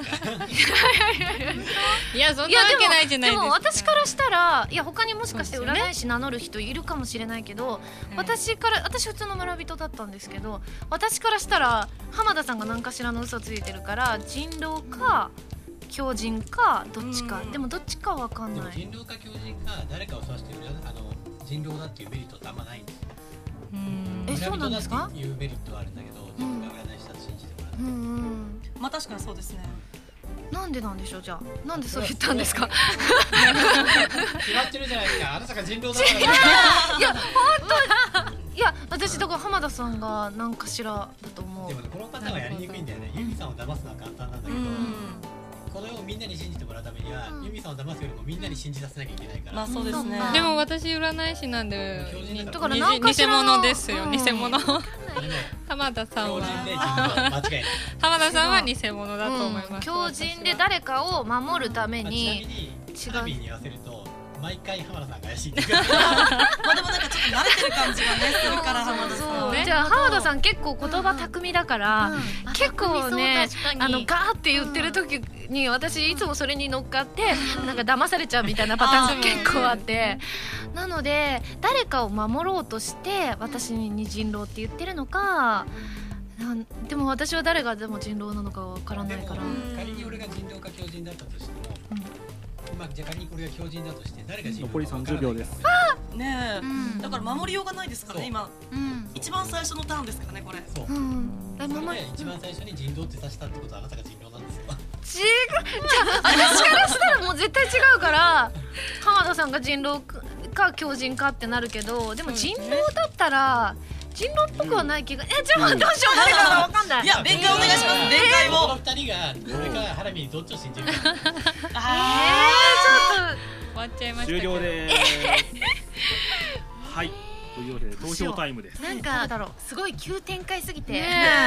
いや、そんなわけないじゃないですか。 でも私からしたら、いや他にもしかして占い師名乗る人いるかもしれないけど、私から私普通の村人だったんですけど、私からしたら浜田さんが何かしらの嘘ついてるから人狼か狂人かどっちか。でもどっちかわかんない。 人狼か狂人か誰かを指してるあの人狼だっていうメリットってあんまないんですよ。 え、そうなんですか。 いうメリットはあるんだけど、自分が占い師だと信じてもらって。 まあ確かにそうですね。 なんでなんでしょう。じゃあなんでそう言ったんですか。 決まってるじゃないですか。あなたが人狼だから。 いや本当。いや私だから浜田さんが何かしらだと思う。 でもこのパターンはやりにくいんだよね。ユミさんを騙すのは簡単なんだけど、この世をみんなに信じてもらうためには、ユミさんを騙すよりもみんなに信じさせなきゃいけないから。 まあそうですね。 でも私占い師なんでだから何かし偽ら物ですよ。偽物。浜田さんは浜田さんは偽物だと思います。 狂人で誰かを守るために。 違う。に合わせると毎回浜田さんが怪しいんだけど。 まあでもなんかちょっと慣れてる感じがねするから浜田さん。 じゃあ浜田さん結構言葉巧みだから結構ね、あのガーって言ってる時に私いつもそれに乗っかってなんか騙されちゃうみたいなパターンが結構あって、なので誰かを守ろうとして私に人狼って言ってるのか。でも私は誰がでも人狼なのかわからないから。 仮に俺が人狼か狂人だったとしても、まあじゃあ仮にこれが狂人だとして誰が人狼か残りさんじゅうびょうです。 ねえ、だから守りようがないですからね今。一番最初のターンですからねこれ。 そう。それで一番最初に人狼って指したってことはあなたが人狼なんですよ。 違う。じゃあ私からしたらもう絶対違うから浜田さんが人狼か狂人かってなるけど、でも人狼だったら人狼っぽくはない気が。え、じゃあどうしよう誰かがわかんない。 いや弁解お願いします。弁解を。 この二人が俺かハラミにどっちを信じるか。 えー、ちょっと終わっちゃいました。 終了です。はい。というわけで投票タイムです。 なんかすごい急展開すぎて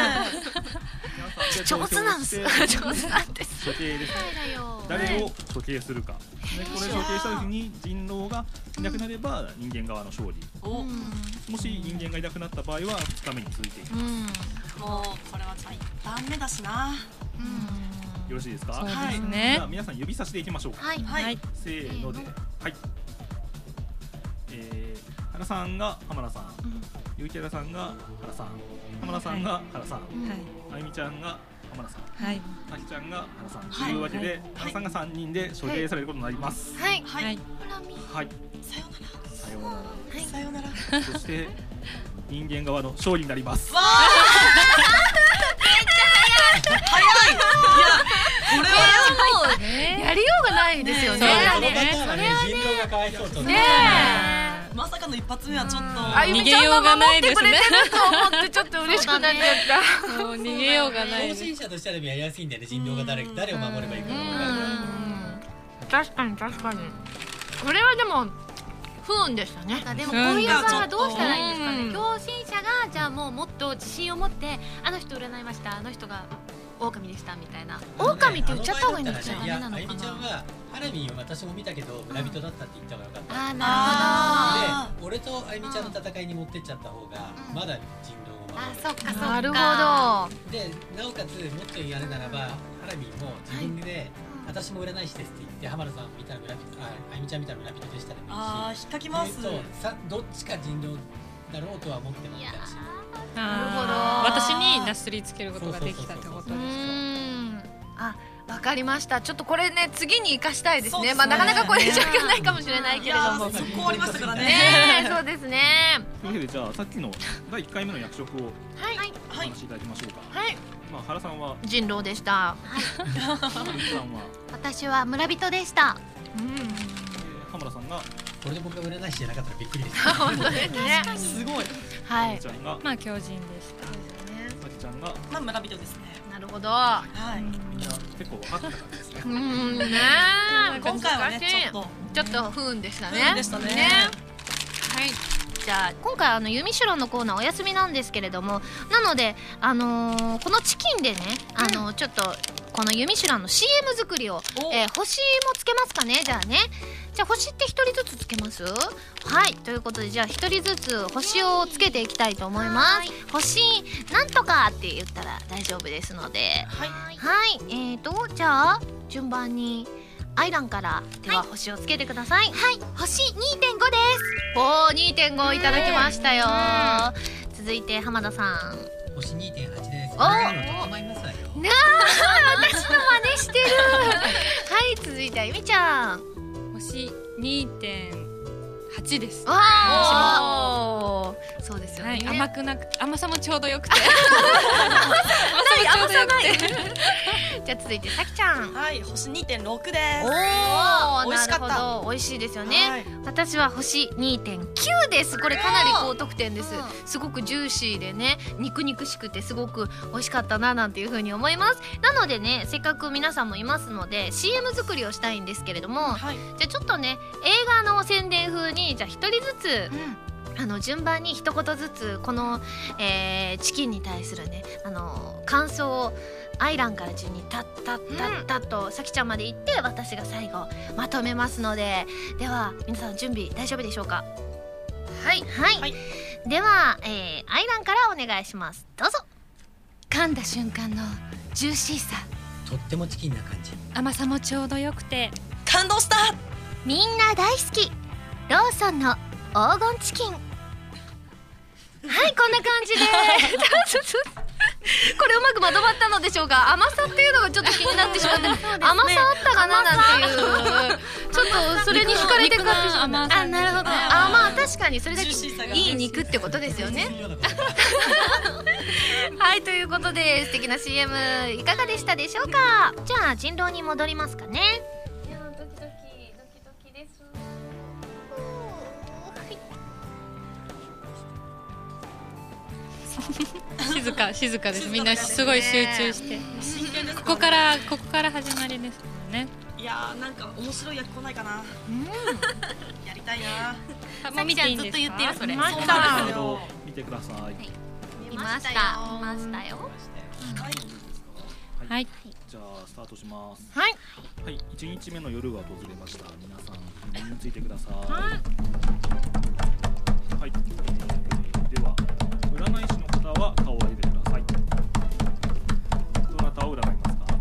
上手なんです。上手なんです。 処刑です。誰を処刑するか。これ処刑した時に人狼がいなくなれば人間側の勝利。もし人間がいなくなった場合はふつかめに続いていきます。 もうこれはじゃあいちばんめだしな。 よろしいですか。 そうですね。 じゃあ皆さん指差しでいきましょうか。 はい。 せーので、はい。えー原さんが浜田さん、ゆうきらさんが原さん、浜田さんが原さん、あゆみちゃんが浜田さん、あきちゃんが原さんというわけで原さんがさんにんで処刑されることになります。 はい。 はい。 はい。 さよさようなら。 さようなら。 そして人間側の勝利になります。 わあ。早い。いやこれはもうやりようがないですよね。 それはね、人狼がかわいそうとね。 まさかの一発目はちょっとあゆみちゃんが守ってくれてると思ってちょっと嬉しくなっちゃった。 もう逃げようがない。 当事者としてはやりやすいんだよね。人狼が誰誰を守ればいいか分かるから。確かに確かに。これはでも不運でしたね。 でもこういう場合はどうしたらいいんですかね。狂信者がじゃあもうもっと自信を持ってあの人占いました、あの人が狼でしたみたいな。 狼って言っちゃった方がいいんですよ。 いや、あゆみちゃんはハラミンを私も見たけど村人だったって言った方がよかった。 ああなるほど。で、俺とあゆみちゃんの戦いに持ってっちゃった方がまだ人狼を守る。 あ、そっかそっか。 なるほど。 で、なおかつもっとやるならばハラミンも自分で私も占い師ですって言って浜田さん見たら村人、ああゆみちゃん見たら村人でしたらいいし、 ああ引っかきますそうさどっちか人狼だろうとは思ってもらったし、 なるほど。私になすりつけることができたってことですか。 あ、わかりました。ちょっとこれね次に生かしたいですね。 そうですねまあなかなかこれじゃないかもしれないけれども。 そこありましたからね。 ね、そうですね。 というわけでじゃあさっきのだいいっかいめの役職をはいお話しいただきましょうか。 はい。 まあ原さんは、 人狼でした。 ゆきさんは、 私は村人でしたうん。 えー浜田さんが、 これで僕が占い師じゃなかったらびっくりです。 本当ですね。 すごい。 はいゆき。ちゃんが、 まあ狂人でした。 さきちゃんが、 まあ村人ですね。 なるほど。 はい。 みんな結構分かってた感じですね。 うんね。 今回はね難しいちょっとちょっと不運でしたね。 不運でしたねはい。じゃあ今回あのユミシュランのコーナーお休みなんですけれども、なのであのーこのチキンでね、あのーちょっとこのユミシュランの シーエム 作りを、えー星もつけますかね。じゃあね。じゃあ星って一人ずつつけます。はい。ということでじゃあ一人ずつ星をつけていきたいと思います。星なんとかって言ったら大丈夫ですので。 はい。 はい。えーとじゃあ順番にアイランからでは星をつけてください。 はい星 にてんご ですおー にてんご いただきましたよ。続いて浜田さん。 星 にてんはち です。 おこれでも整いますわよ。 なあ私の真似してるはい続いてあゆみちゃん。 星 にてんはち です。 わあそうですよね、 はい、甘くなくて甘さもちょうどよくて甘さないじゃあ続いてさきちゃん。 はい。星 にてんろく でおす。 ー美味しかったなるほど美味しいですよね、 はい私は星 にてんきゅう です。これかなり高得点です。すごくジューシーでね肉肉しくてすごく美味しかったななんていう風に思います。なのでねせっかく皆さんもいますので シーエム 作りをしたいんですけれども、 はい。 じゃあちょっとね映画の宣伝風にじゃあ一人ずつ、あの順番に一言ずつこの、えーチキンに対するねあの感想をアイランから順にタッタッタッタッとさきちゃんまで言って私が最後まとめますので、では皆さん準備大丈夫でしょうか。はいはい、 はいでは、えーアイランからお願いします。どうぞ。 噛んだ瞬間のジューシーさとってもチキンな感じ。 甘さもちょうどよくて感動した。 みんな大好きローソンの黄金チキンはいこんな感じでこれうまくまとまったのでしょうか。甘さっていうのがちょっと気になってしまって、甘さあったかななんていうちょっとそれに惹かれて買ってしまった。あなるほど。あまあ確かにそれだけジューシーさがいい肉ってことですよね。 そういうようなことはいということで素敵な シーエム いかがでしたでしょうか。じゃあ人狼に戻りますかね。 いやドキドキドキドキです静か静かです。みんなすごい集中して真剣です。 ここからここから始まりですもんね。 いやーなんか面白い役来ないかな。やりたいな。 あもう見ていいんですか。 さきちゃんずっと言ってるそれ見ましそうたなんですよ。 を見てください。 見ました見ましたよ。 はい。 はい。 はいじゃあスタートします。 はいはい。いちにちめの夜が訪れました。皆さん耳についてください。はい。えーでは占い師の方は顔を上げてください。どなたを占いますか。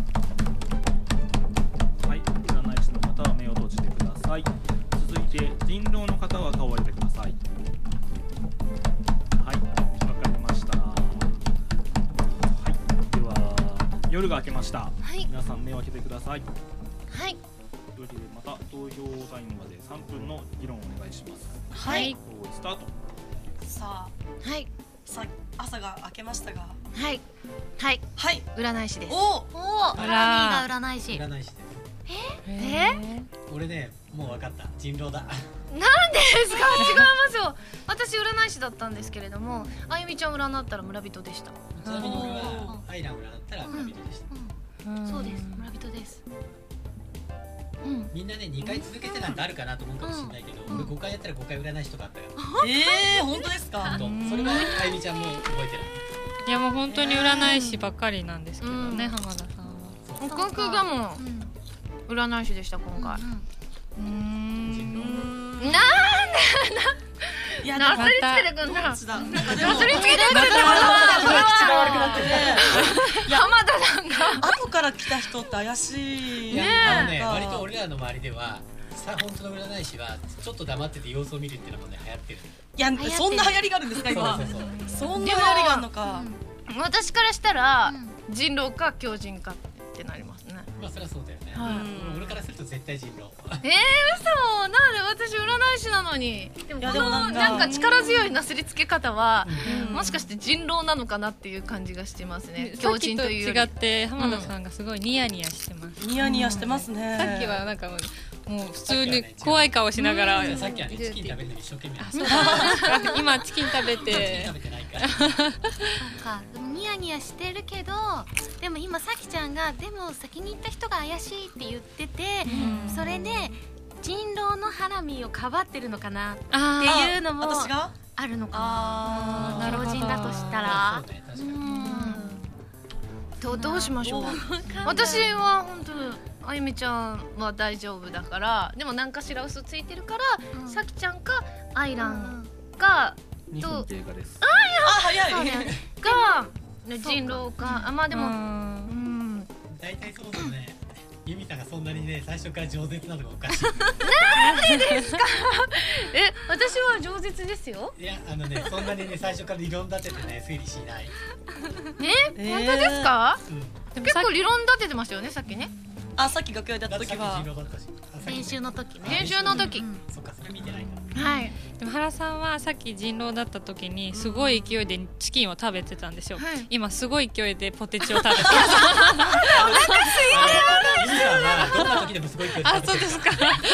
はい。占い師の方は目を閉じてください。続いて人狼の方は顔を上げてください。はい。わかりました。はい。では夜が明けました。 はい皆さん目を開けてください。 はいというわけでまた投票タイムまでさんぷんの議論をお願いします。 はい用意スタート。 さあはいさ朝が明けましたが。 はいはいはい。 占い師です。 おお。 おあらハラミが占い師占い師です。 え俺ねもう分かった人狼だ。 なんですか。違いますよ。私占い師だったんですけれども、あゆみちゃん占ったら村人でした。 ちなみに俺はアイラン占ったら村人でした。 そうです村人ですみんなねにかい続けてなんかあるかなと思うかもしれないけど、俺ごかいやったらごかい占い師とかあったよ。 ええー、本当ですか。 本当それはあゆみちゃんも覚えてる。 いやもう本当に占い師ばっかりなんですけどね、 うん浜田さんは。 僕がもう占い師でした今回。 うーん人狼なんでないやなすりつけてくんだ。 なすりつけてくんだ。 口が悪くなってる。 浜田さんが後から来た人って怪しい。 いやあのね、割と俺らの周りではさ本当の占い師はちょっと黙ってて様子を見るっていうのもね流行ってる。 いやそんな流行りがあるんですか今。 そうそうそう。 そんな流行りがあるのか。 私からしたら人狼か狂人かってなりますね。 まあそれはそうだよね。俺からすると絶対人狼。 えー、嘘。なんで私占い師なのに。でもこのなんか力強いなすりつけ方はもしかして人狼なのかなっていう感じがしてますね。狂人というより。 違って浜田さんがすごいニヤニヤしてます。 ニヤニヤしてますね。 さっきはなんかもう。もう普通に怖い顔しながら、 さっきはねチキン食べるのに一生懸命。 今チキン食べて。 食べてないから。 そうか、ニヤニヤしてるけど、でも今さきちゃんがでも先に行った人が怪しいって言ってて、それで人狼のハラミーをかばってるのかなっていうのもあるのかな。狂人だとしたら。 どどうしましょう。私は本当。あゆみちゃんは大丈夫だから、でも何かしら嘘ついてるから、うん、さきちゃんかアイランか、 うん、とにふん経過です。 あ早いそうねが人狼か。あまあでもうん大体そもそもねユミさんがそんなにね最初から饒舌なのがおかしい。 なんでですか。え私は饒舌ですよ。 いやあのねそんなにね最初から理論立ててね推理しない。 え、えー、本当ですか、うん、結構理論立ててましたよねさっきね。 あ、さっき楽屋でやった時は練習の時ね。 練習の時、うん、 そっかそれ見てないから。 はい。 でも原さんはさっき人狼だった時にすごい勢いでチキンを食べてたんですよ、はい、今すごい勢いでポテチを食べてます。お腹すいてる。 ユミさんはどんな時でもすごい勢いで食べてる。 あ、そうですか。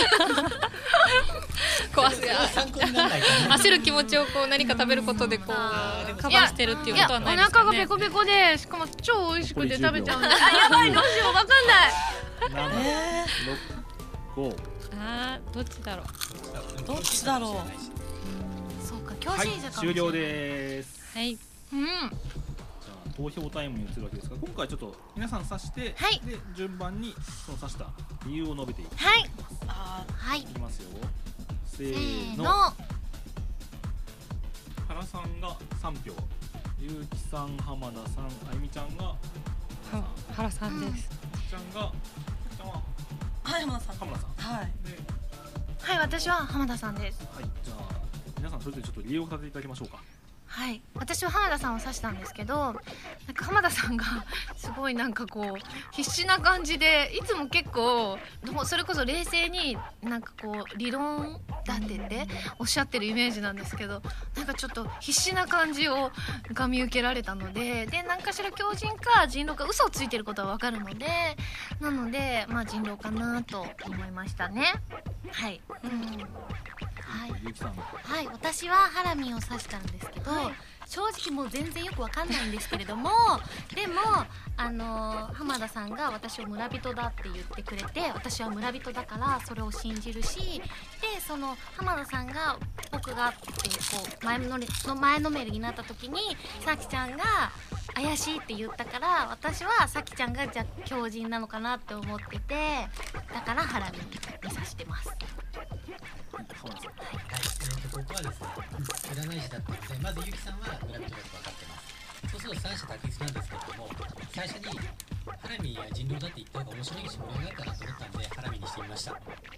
怖すぎ焦る気持ちをこう何か食べることでこうカバーしてるっていうことはないですかね。 お腹がペコペコでしかも超美味しくて食べちゃうんで。あ、やばいどうしようわかんない。 なな、ろく、ご。 あーどっちだろう。 どっちだろう。そうか強心者かもしれない。 はい、終了です。 はい。 うん。 じゃあ投票タイムに移るわけですが、今回ちょっと皆さん指して、 はい、 で順番にその指した理由を述べていきます。 はい。 あはい。 いきますよ。せーの。 原さんがさん票、ゆうきさん、浜田さん、あゆみちゃんが原さんです。 ちゃんが、ちゃんははい浜田さん。 浜田さん。 はい。 で、 はい私は浜田さんです。 はい、じゃあ皆さんそれぞれちょっと理由を立てていただきましょうか。 はい、私は浜田さんを指したんですけど、なんか浜田さんがすごいなんかこう必死な感じでいつも結構それこそ冷静になんかこう理論立てておっしゃってるイメージなんですけど、なんかちょっと必死な感じをが見受けられたので、で何かしら狂人か人狼か嘘をついてることは分かるので、なのでまあ人狼かなと思いましたね。はい、うんはい、 ゆうきさん。 はい、私はハラミを指したんですけど、はい、正直もう全然よくわかんないんですけれどもでも、あのー、浜田さんが私を村人だって言ってくれて、私は村人だからそれを信じるし、でその浜田さんが僕がってこう前のめり前のめりになった時にさきちゃんが怪しいって言ったから、私はさきちゃんがじゃあ狂人なのかなって思ってて、だからハラミに指してます。 はい、えー、と僕はですね、占い師だったので、まずゆきさんは村人だと分かってます。そうすると三者択一なんですけれども、最初にハラミや人狼だって言った方が面白いし盛り上がるかなと思ったんでハラミにしてみました。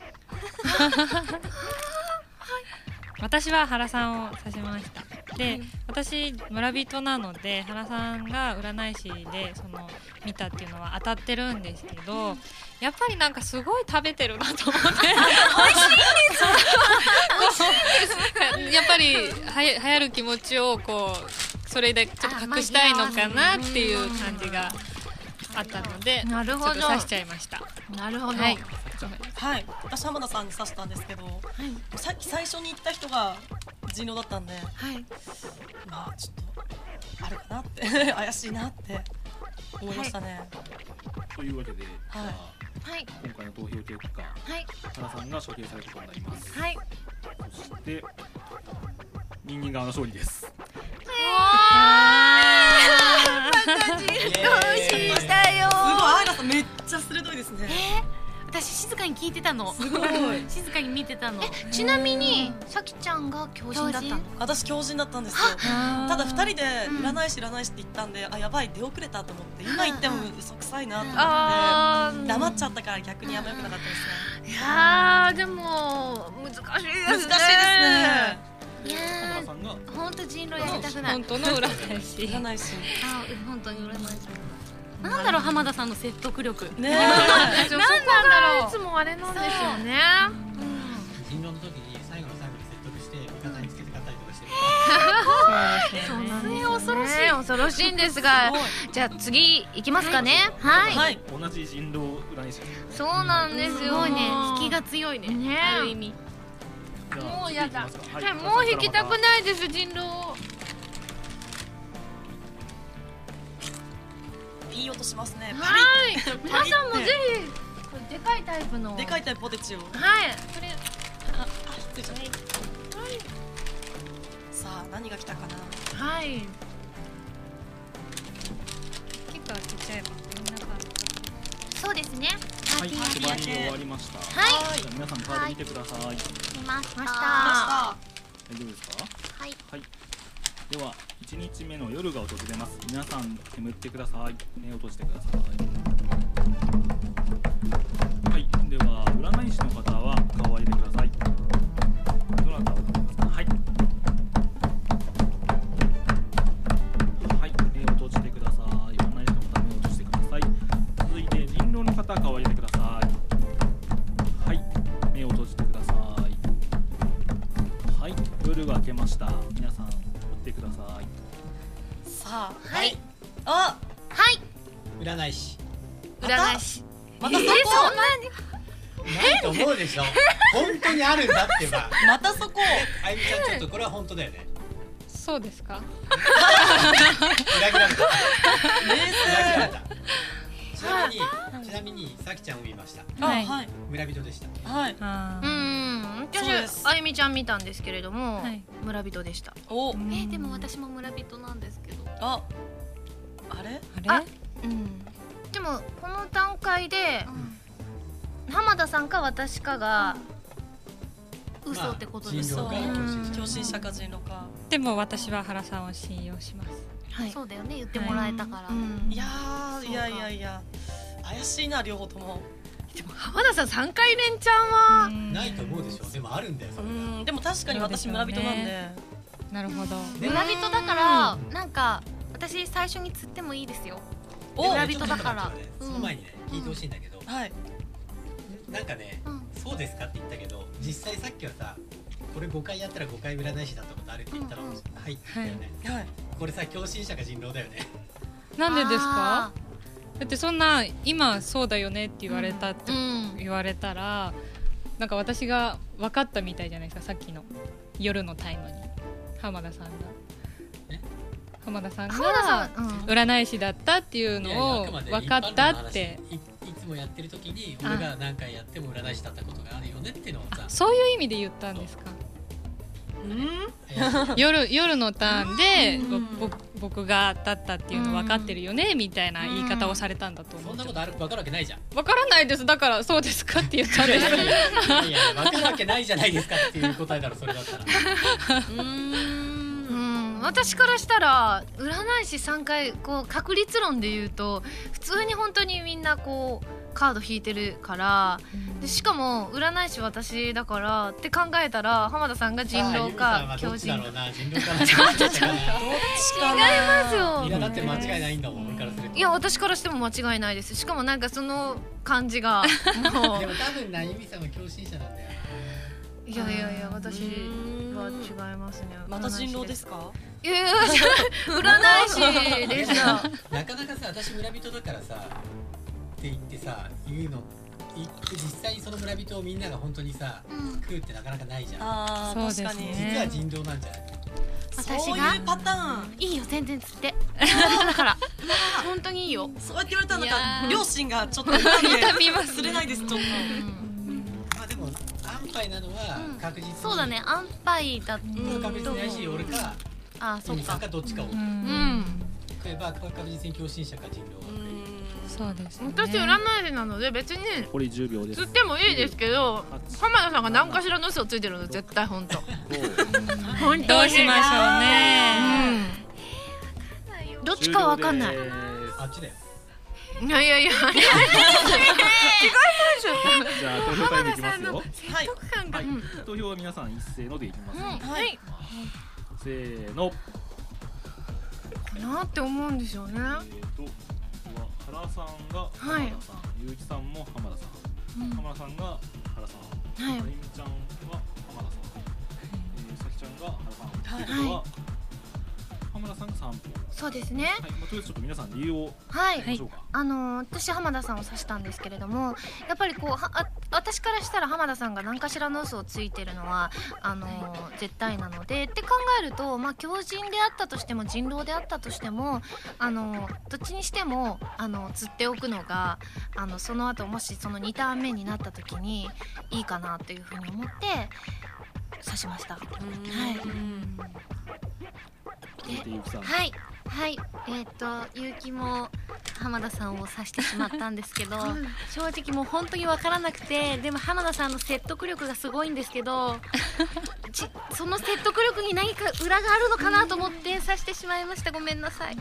私は原さんを指しました。で、うん、私村人なので原さんが占い師でその見たっていうのは当たってるんですけど、やっぱりなんかすごい食べてるなと思って美味しいんですやっぱりはや流行る気持ちをこうそれでちょっと隠したいのかなっていう感じがあったので、 なるほど、 ちょっと刺しちゃいました。 なるほど、 はい、 はい、私浜田さんに刺したんですけど、はい、さっき最初に言った人が人狼だったんで、はい、まあちょっとあるかなって怪しいなって思いましたね、はい、 というわけで、 はいはい、 今回の投票結果、はい、原さんが処刑されることになります。 はい、 そして人間側の勝利です。 また人狼したよ。 すごい、アイラさんめっちゃ鋭いですね。 えー私静かに聞いてたの。 すごい静かに見てたの。 え、ちなみにさきちゃんが狂人だったの？ 私狂人だったんですよ。ただふたりで占い師占い師って言ったんで、あ、やばい出遅れたと思って、今言っても嘘くさいなと思って黙っちゃったから逆にあんま良くなかったですね。 いやーでも難しいですね。 難しいですね。 いや浜田さんが本当人狼やりたくない。 本当の占い師。 占い師。 あ、本当に占い師。なんだろう、浜田さんの説得力。 ねえ。 なんなんだろう。いつもあれなんですよね。 人狼の時に最後の最後に説得して味方につけて勝ったりとかしてる。 そうなんですね。恐ろしい恐ろしいんですが、じゃあ次行きますかね。はい。 同じ人狼占い師。 そうなんですよ。 すごいね、引きが強いね。 ね、 ある意味。 もうやだ。もう引きたくないです人狼。 いい音しますね。 はい。皆さんもぜひこれでかいタイプの。 でかいタイプポテチを。 はい。これ。 あ、ついちゃった。さあ何が来たかな。 はい。 結構開けちゃえばみんなから。 そうですね。 はい、配り終わりました。 はい。 じゃあ皆さんカード見てください。 見ました。 大丈夫ですか？ はい。 はい。ではいちにちめの夜が訪れます。皆さん眠ってください。目を閉じてください。はい。では占い師の方は顔を上げてください。どなたを考えますか？はい。はい。目を閉じてください。占い師の方目を閉じてください。続いて人狼の方顔を上げてください。はい。目を閉じてください。はい。夜が明けました。皆さん起きてください。 さあ、 はい。 あ、 はい。 占い師。 占い師。 またそこ。 ないと思うでしょ。本当にあるんだってば。 またそこ。 あゆみちゃんちょっとこれは本当だよね。 そうですか？ 裏切られた。 冷裏切られ静。 た。ちなみにちなみにさきちゃんを見ました。 あ、はい。 村人でした。 はい。 うん。私あゆみちゃん見たんですけれども、村人でした。 お。 え、でも私も村人なんですけど。 あ、あれ？ あれ？ うん。でもこの段階で浜田さんか私かが嘘ってことですよね。 狂信者か人狼か。 でも私は原さんを信用します。 はい。 そうだよね、言ってもらえたから。 いやー、いやいやいや、怪しいな両方とも。 でも浜田さん三回連チャンはないと思うでしょ。でもあるんだよ。 うん、でも確かに私村人なんで。 なるほど。 村人だからなんか私最初に釣ってもいいですよ。村人だから。 その前にね聞いてほしいんだけど。 はい。 なんかね、そうですかって言ったけど、実際さっきはさ、これごかいやったらごかい占い師だったことあるって言ったら、はいだよね。はい。これさ、狂信者か人狼だよね。 なんでですか？だってそんな今そうだよねって言われたって言われたら、なんか私が分かったみたいじゃないですか。さっきの夜のタイムに浜田さんが浜田さんが占い師だったっていうのを分かったって。 いつもやってる時に俺が何回やっても占い師だったことがあるよねっていうのをさ、 そういう意味で言ったんですか？夜夜のターンで僕が当たったっていうの分かってるよねみたいな言い方をされたんだと思う。 そんなことある分かるわけないじゃん。 分からないです。だからそうですかって言ったんです。 いやいや分かるわけないじゃないですかっていう答えだろそれだったら。うーん、私からしたら占い師さんかいこう確率論で言うと普通に本当にみんなこうカード引いてるから、でしかも占い師私だからって考えたら浜田さんが人狼か狂人か。 どっちかな。 ちょっと違いますよ。 いやだって間違いないんだもん俺からすると。 いや私からしても間違いないです。しかもなんかその感じがもうでも多分なゆみさんは狂信者なんだよ。 いやいやいや私は違いますね。 また人狼ですか？ いやいや占い師でした。 なかなかさ私村人だからさって言ってさ言うの言って実際にその村人をみんなが本当にさ、うん、食うってなかなかないじゃん。 あー確かに実は人狼なんじゃない？ 私がそういうパターンいいよ全然釣ってだから本当にいいよ。 そうやって言われたらなんか両親がちょっと痛みます釣れないですちょっと。 まあでも安牌なのは確実に、 そうだね安牌だと確実に怪しい俺かあそっかかどっちかをうん食えば確実に狂信者か人狼。 そそうですね。 私占い師なので別に残りじゅうびょうです。 釣ってもいいですけど、浜田さんが何かしらの嘘をついてるの絶対本当。 本当どうしましょうね。 どっちかわかんない。 あっちだよ。 いやいやいや。違います。 じゃあ投票タイムいきますよ。 説得感が。 はい。投票は皆さん一斉のでいきます。 はい。 せーの。 かなって思うんですよね。 えーと原さんが浜田さん、ゆうきさんも浜田さん、浜田さんが原さん、あゆみちゃんは浜田さん、さきちゃんが原さん。ということは浜田さんがさんぽん。 そうですね。 はい。まあとりあえずちょっと皆さん理由をはい。 言いましょうか。 あのー、私浜田さんを指したんですけれども、やっぱりこうはあ私からしたら浜田さんが何かしらの嘘をついてるのはあのー、絶対なのでって考えると、まあ狂人であったとしても人狼であったとしても、あのー、どっちにしてもあの釣っておくのがあのその後もしそのにターン目になった時にいいかなというふうに思って指しました。はい。 はいはいえっとゆうきも浜田さんを指してしまったんですけど、正直もう本当に分からなくて、でも浜田さんの説得力がすごいんですけどちその説得力に何か裏があるのかなと思って指してしまいました。ごめんなさい。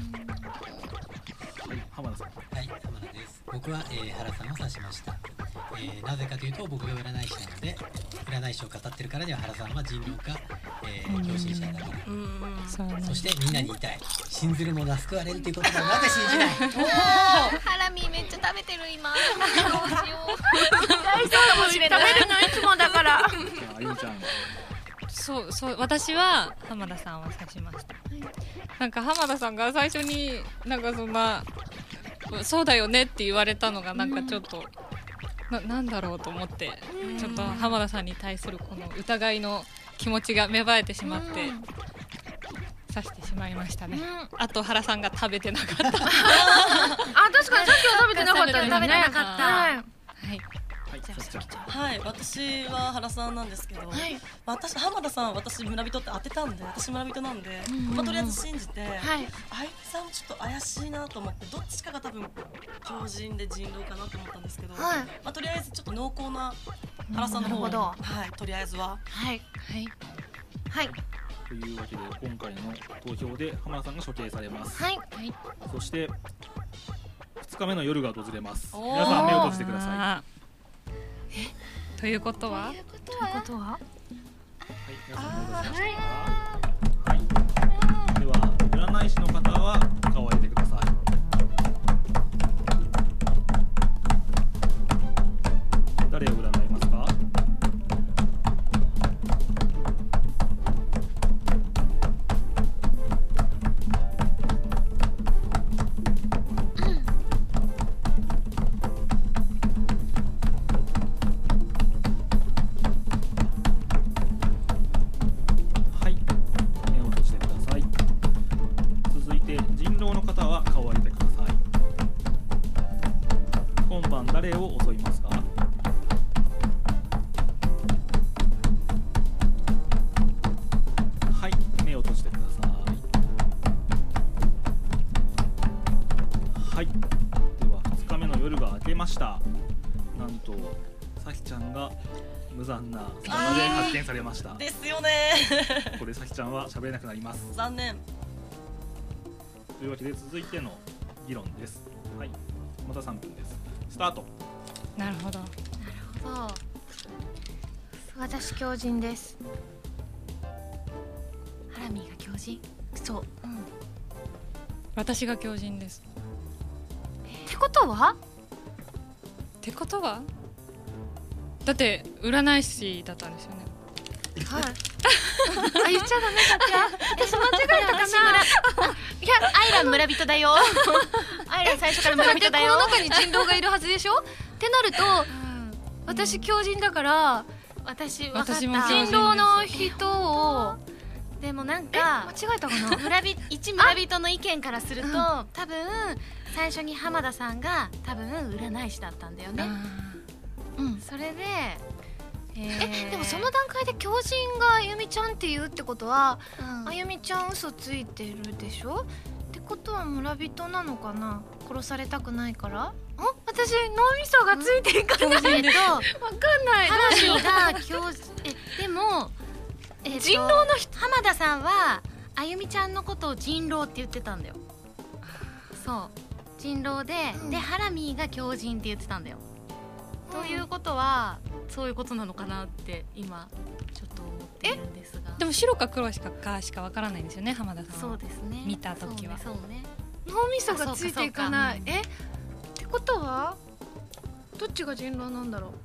浜田さん。 はい、浜田です。僕は、えー、原さんを指しました。えー、なぜかというと僕が占い師なので、占い師を語ってるからには原さんは人狼か、えー、狂信者だから。そ, そしてみんなに言いたい、信ずる者は救われるということはなぜ信じない。 ハラミめっちゃ食べてる今。どうしよう。大丈夫かもしれない。食べるのいつもだから。 あゆみちゃん。 そうそう、私は浜田さんを指しました。なんか浜田さんが最初になんかそんなそうだよねって言われたのがなんかちょっと、うん、な, なんだろうと思って、うん、ちょっと浜田さんに対するこの疑いの気持ちが芽生えてしまって、うん、刺してしまいましたね、うん、あと原さんが食べてなかったあ、確かにさっきは食べてなかったですね。食べてなかった。はい、はいはい、私は原さんなんですけど、はい、私浜田さん私村人って当てたんで、私村人なんで、うんうんうん、まあ、とりあえず信じて、はい、あゆみさんもちょっと怪しいなと思って、どっちかが多分狂人で人狼かなと思ったんですけど、はい、まあ、とりあえずちょっと濃厚な原さんの方を、うん、はい、とりあえずははいはいはい。 というわけで今回の投票で浜田さんが処刑されます。 はい、はい、 そしてふつかめの夜が訪れます。皆さん目を閉じてください。 えということは？ ということは？はい、 皆さん目を閉じましたか？はい。では占い師の方は顔を上げてください。誰を占いますか？誰を襲いますか？はい、目を閉じてください。はい、ではふつかめの夜が明けました。なんとさきちゃんが無残な姿で発見されました。 ですよねここでさきちゃんは喋れなくなります。 残念。 というわけで続いての議論です。はい、またさんぷんです。スタート。 なるほど。なるほど。私狂人です。ハラミが狂人？そう。うん。 私が狂人です。 ってことは？ ってことは？だって占い師だったんですよね。 はい。あ、言っちゃダメだった。私間違えたかな。いや、アイラン村人だよ。アイラン最初から村人だよ。 この中に人狼がいるはずでしょ？ってなると、うん、私狂人だから、 私分かった。 私も人狼の人を。 でもなんか間違えたかな。 村人一村人の意見からすると、うん、多分最初に浜田さんが多分占い師だったんだよね。うん。それで。 えでもその段階で狂人があゆみちゃんって言うってことは、うん、あゆみちゃん嘘ついてるでしょってことは村人なのかな、殺されたくないから。あ、私脳みそがついていかない。わかんない。 ハラミーが狂人えでも、えー、と人狼の人、 浜田さんはあゆみちゃんのことを人狼って言ってたんだよ。そう人狼で、うん、でハラミーが狂人って言ってたんだよ、うん、ということはそういうことなのかなって今ちょっと思ってるんですが、 でも白か黒しかかしかわからないんですよね、浜田さんは。 そうですね、 見た時はそうね、そうね、 脳みそがついていかない。えってことはどっちが人狼なんだろう。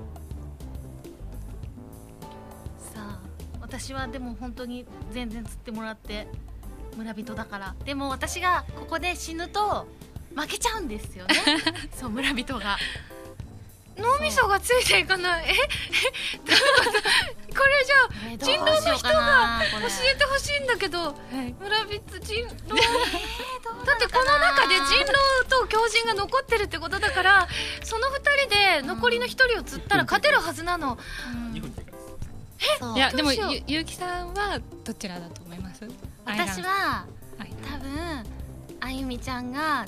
さあ私はでも本当に全然釣ってもらって村人だから、でも私がここで死ぬと負けちゃうんですよねそう村人が脳みそがついていかない。ええどういうことこれじゃあ、えー、人狼の人が教えてほしいんだけど、はい、村人人狼、えー、だってこの中で人狼と狂人が残ってるってことだから、そのふたりで残りのひとりを釣ったら勝てるはずなの、うん、 にふんでかいやでもゆゆうきさんはどちらだと思います？ 私は多分あゆみちゃんが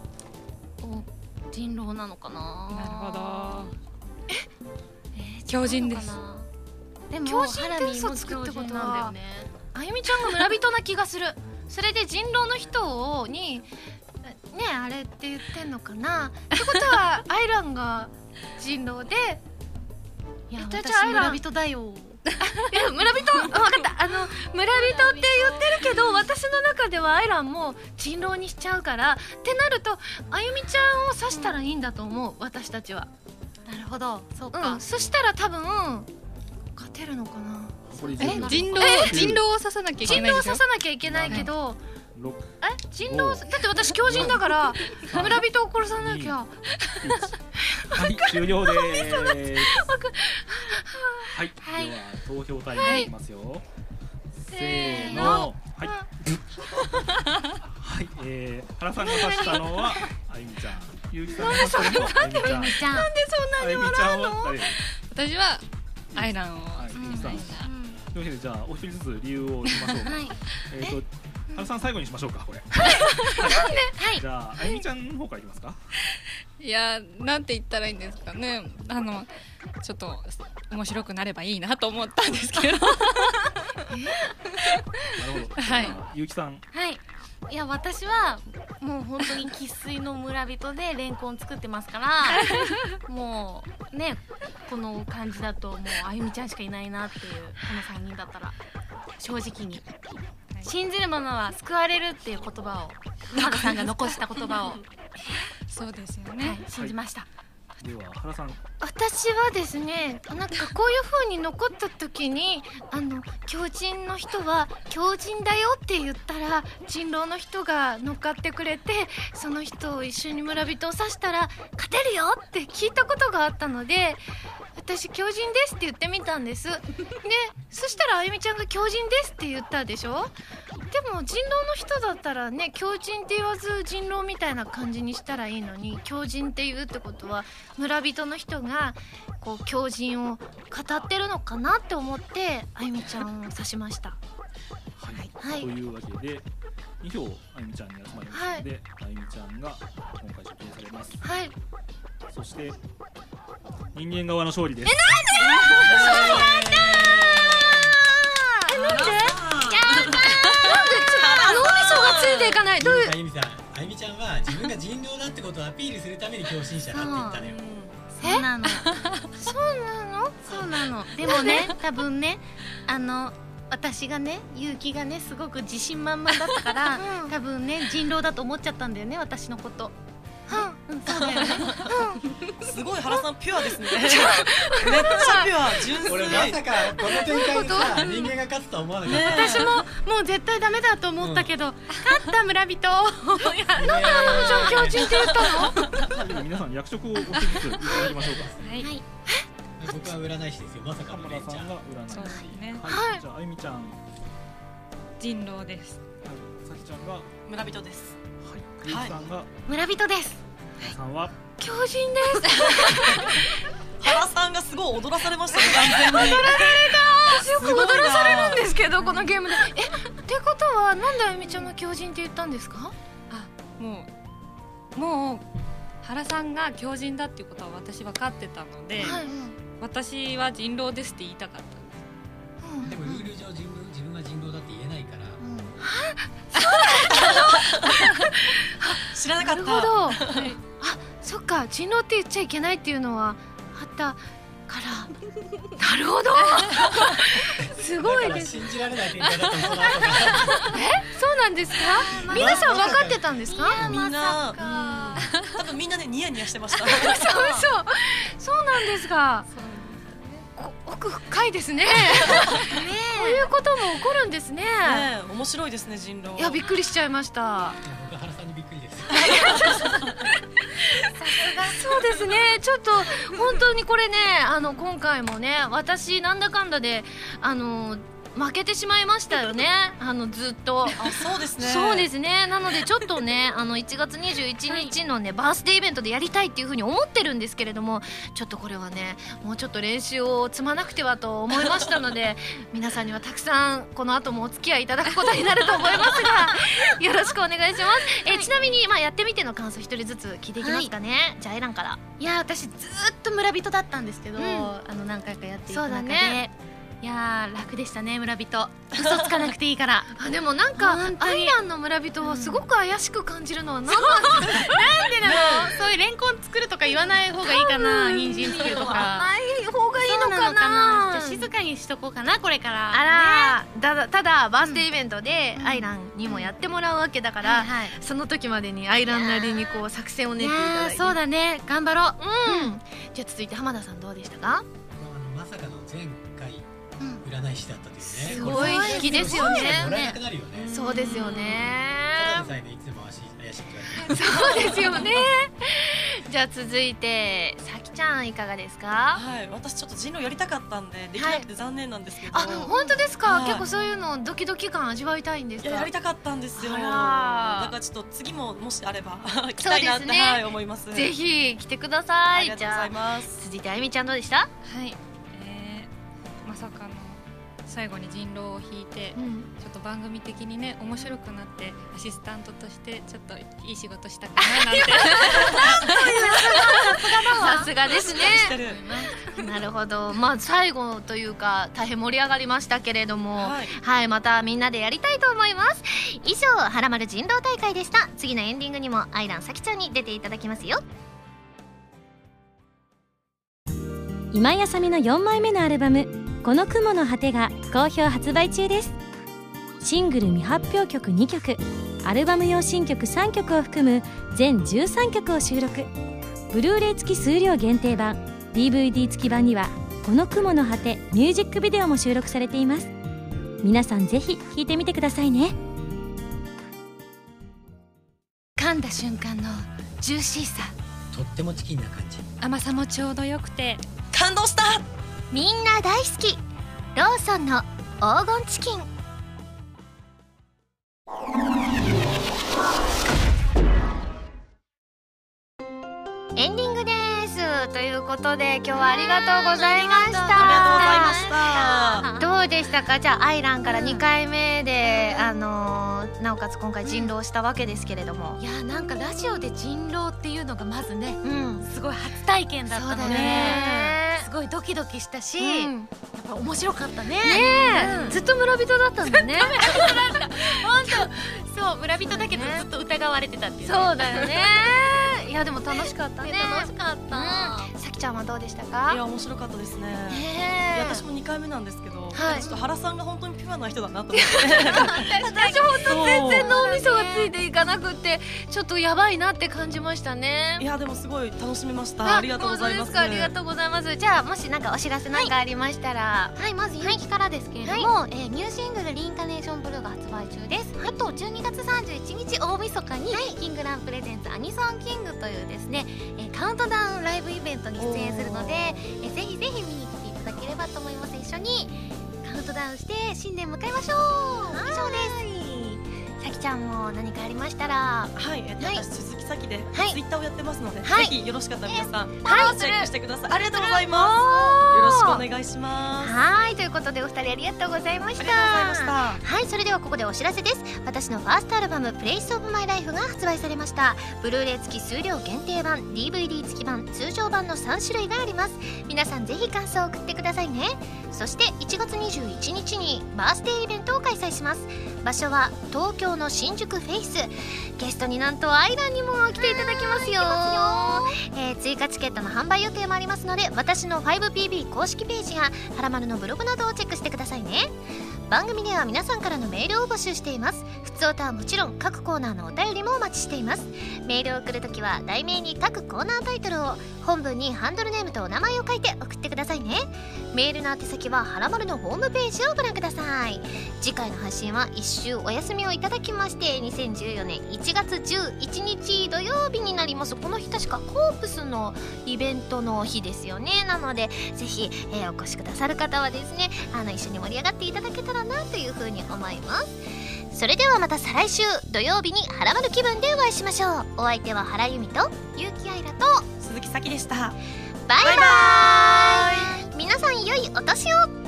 人狼なのかな。 なるほど。 え、えー、 狂人です。 でも狂人って嘘つくってことは、あゆみちゃんが村人な気がする。それで人狼の人をにねあれって言ってんのかな。ってことはアイランが人狼で、 いや私村人だよ。 いや村人分かった。あの村人って言ってるけど私の中ではアイランも人狼にしちゃうから、ってなるとあゆみちゃんを刺したらいいんだと思う、私たちは。 なるほど、そうか、 うん、そしたら多分勝てるのかな。 え人狼人狼を刺さなきゃいけない。 人狼を刺さなきゃいけないけど、え人狼だって私狂人だから村人を殺さなきゃ。 はい終了です。はい、はい、では投票タイムいきますよ、はい、せーの、はいはい、えー、原さんが刺したのはあゆみちゃん、ゆうきさんが刺したのはあゆみちゃん。なんでそんなに笑うの？ 私はアイランを、 はい、ゆうきさん。というわけでじゃあお一人ずつ理由を言いましょうか。はい、えっと原さん最後にしましょうかこれ。はい。じゃああゆみちゃんの方からいきますか。 いやなんて言ったらいいんですかね。あのちょっと面白くなればいいなと思ったんですけど。なるほど。はい。ゆうきさん。 はい。いや私はもう本当に生粋の村人でレンコン作ってますからもうねこの感じだともうあゆみちゃんしかいないなっていう、このさんにんだったら正直に信じる者は救われるっていう言葉を浜田さんが残した言葉をそうですよね、 はい、信じました。 では原さん。 私はですね、なんかこういう風に残った時にあの狂人の人は狂人だよって言ったら人狼の人が乗っかってくれて、その人を一緒に村人を刺したら勝てるよって聞いたことがあったので、私狂人ですって言ってみたんです。でそしたらあゆみちゃんが狂人ですって言ったでしょ。でも人狼の人だったらね、狂人って言わず人狼みたいな感じにしたらいいのに、狂人って言うってことは村人の人がこう狂人を語ってるのかなって思ってあゆみちゃんを刺しました。 はい、はい、というわけでに票あゆみちゃんに集まりましたので、はい、あゆみちゃんが今回処刑されます。 はい。 そして人間側の勝利です。 え、なんで？え、なんで？やったー！脳みそがついていかない。どういう？ あゆみさん、あゆみちゃんは自分が人狼だってことをアピールするために狂信者だって言ったのよ。 そうなの。 そうなの？ そうなの。でもね、多分ね、あの私がね、結城がね、すごく自信満々だったから、うん、多分ね、人狼だと思っちゃったんだよね、私のこと。 うん、そうだよね。 すごい原さんピュアですね。めっちゃピュア、純粋。 俺まさかこの展開でさ、人間が勝つとは思わなかった。 私ももう絶対ダメだと思ったけど、勝った村人。いや、なんであの状況人って言ったの？皆さん役職をお一つずついただきましょうか。 はい。 僕は占い師ですよ。まさか浜田さんが占い師。 そうですね。 はい。じゃああゆみちゃん。 人狼です。 はい。さきちゃんが村人です。 はい。ゆうきさんが村人です。 原さんは狂人です。 原さんがすごい踊らされましたね。完全に。 踊られた。よく踊らされるんですけどこのゲームで。え、 ってことはなんであゆみちゃんが狂人って言ったんですか？ あ、もうもう原さんが狂人だっていうことは私分かってたので、はい、私は人狼ですって言いたかったんです、 うん、でもルール上自分、自分は人狼だって言えないから、うん、 はそうだった知らなかった。 なるほど、はい、あ、そっか、人狼って言っちゃいけないっていうのはあったからなるほどすごいです。 信じられない展開だったその後がえ、そうなんですか？皆さん分かってたんですか？ みんな、うん、多分みんなねニヤニヤしてましたそうそうそうなんですが、奥深いですねこういうことも起こるんですね。ね、 面白いですね、人狼。 いや、びっくりしちゃいました。 僕は原さんにびっくりですそうですね、ちょっと本当にこれね、あの今回もね、私なんだかんだであの負けてしまいましたよね、あのずっと。 あ、そうですね。 そうですね。なのでちょっとね、あのいちがつにじゅういちにちのね、バースデーイベントでやりたいっていう風に思ってるんですけれども、ちょっとこれはね、もうちょっと練習を積まなくてはと思いましたので皆さんにはたくさんこの後もお付き合いいただくことになると思いますがよろしくお願いします。え、ちなみに、まあ、やってみての感想一人ずつ聞いていきますかね、はい、じゃあエランから。 いや、私ずっと村人だったんですけど、うん、あの何回かやっていく中で、そうだね、いやー楽でしたね、村人。嘘つかなくていいからあ、でもなんかアイランの村人はすごく怪しく感じるのは何なんですか？なんでなの？そういうレンコン作るとか言わない方がいいかな、人参作るとかない方がいいのかな。 じゃあ静かにしとこうかな、これから。 あら、ね、ただただバースデーイベントでアイランにもやってもらうわけだから、うん、はいはい、その時までにアイランなりにこう作戦を練っていただいて。 そうだね、頑張ろう。 うん、うん、じゃあ続いて浜田さんどうでしたか？ まさかの前回占い師だったというね、 すごい引きですよね。 もらえなくなるよね。 そうですよね。 ただでさえね、いつでも怪しい怪しいって言われてそうですよねじゃあ続いてさきちゃんいかがですか？ はい、私ちょっと人狼やりたかったんでできなくて残念なんですけど、 はい、あ、本当ですか、はい、結構そういうのドキドキ感味わいたいんですか？ いや、やりたかったんですよ。だからちょっと次ももしあれば来たいなって、ね、はい、思います。 ぜひ来てください。 ありがとうございます。 続いてあゆみちゃんどうでした？ はい、えー、まさかの最後に人狼を引いて、うん、ちょっと番組的にね面白くなってアシスタントとしてちょっといい仕事したかななんてさすがですねなるほど、まあ最後というか大変盛り上がりましたけれども、はい、はい、またみんなでやりたいと思います。以上、はらまる人狼大会でした。次のエンディングにもアイランさきちゃんに出ていただきますよ。 今井あさみのよんまいめのアルバムこの雲の果てが好評発売中です。シングル未発表曲にきょく、アルバム用新曲さんきょくを含む全じゅうさんきょくを収録。ブルーレイ付き数量限定版、 ディーブイディー 付き版にはこの雲の果てミュージックビデオも収録されています。皆さんぜひ聴いてみてくださいね。 噛んだ瞬間のジューシーさ、 とってもチキンな感じ、 甘さもちょうどよくて感動した。 みんな大好きローソンの黄金チキン。 エンディングですということで、今日はありがとうございました。 ありがとうございました。 どうでしたか？じゃあアイランからにかいめで、あのー、なおかつ今回人狼したわけですけれども、 いや、なんかラジオで人狼っていうのがまずね、うん、すごい初体験だったので、ね、すごいドキドキしたし、うん、やっぱ面白かったね。ねえ、うん、ずっと村人だったんだね。 本当そう、村人だけどずっと疑われてたっていう、ね、 そうだよね。いやでも楽しかったね。 楽しかった。 うん、さきちゃんはどうでしたか？ いや面白かったですね。いや私もにかいめなんですけど、はい、ちょっと原さんが本当にピュアな人だなと思って。 私本当全然脳みそがついていかなくて、ちょっとやばいなって感じましたね。 いやでもすごい楽しみました。ありがとうございます。 ありがとうございます。じゃあもしなんかお知らせなんかありましたら、 はい、はい、まずゆうきからですけれども、はい、えー、ニューシングルリンカネーションブルーが発売中です。あとじゅうにがつさんじゅういちにち大晦日に、はい、キングランプレゼンツアニソンキングというですね、えー、カウントダウンライブイベントに出演するので、えー、ぜひぜひ見に来ていただければと思います。一緒にカウントダウンして新年迎えましょう。以上です。 さきちゃんも何かありましたら、 はい、えっと、 はい私鈴木さきではいツイッターをやってますので、 はいぜひよろしかったら皆さん、 はいチェックしてください。ありがとうございます。よろしくお願いします。 はいということでお二人ありがとうございました。 ありがとうございました。 はい、それではここでお知らせです。私のファーストアルバム「プレイスオブマイライフが発売されました。ブルーレイ付き数量限定版、 ディーブイディー 付き版、通常版のさん種類があります。皆さんぜひ感想を送ってくださいね。そしていちがつにじゅういちにちにバースデーイベントを開催します。場所は東京の新宿フェイス。ゲストになんとアイランにも来ていただきますよ。えー、追加チケットの販売予定もありますので、私の ファイブピービー 公式ページやはらまるのブログなどをチェックしてくださいね。番組では皆さんからのメールを募集しています。ふつおたはもちろん各コーナーのお便りもお待ちしています。メールを送るときは題名に各コーナータイトルを、本文にハンドルネームとお名前を書いて送ってくださいね。メールの宛先ははらまるのホームページをご覧ください。次回の配信はいっしゅうお休みをいただきまして、にせんじゅうよねんいちがつじゅういちにち土曜日になります。この日確かコープスのイベントの日ですよね。なのでぜひ、えー、お越しくださる方はですね、あの一緒に盛り上がっていただけたらなというふうに思います。それではまた再来週土曜日にはらまる気分でお会いしましょう。お相手は原由美と結城愛らと鈴木咲でした。 バイバイ。皆さん良いお年を。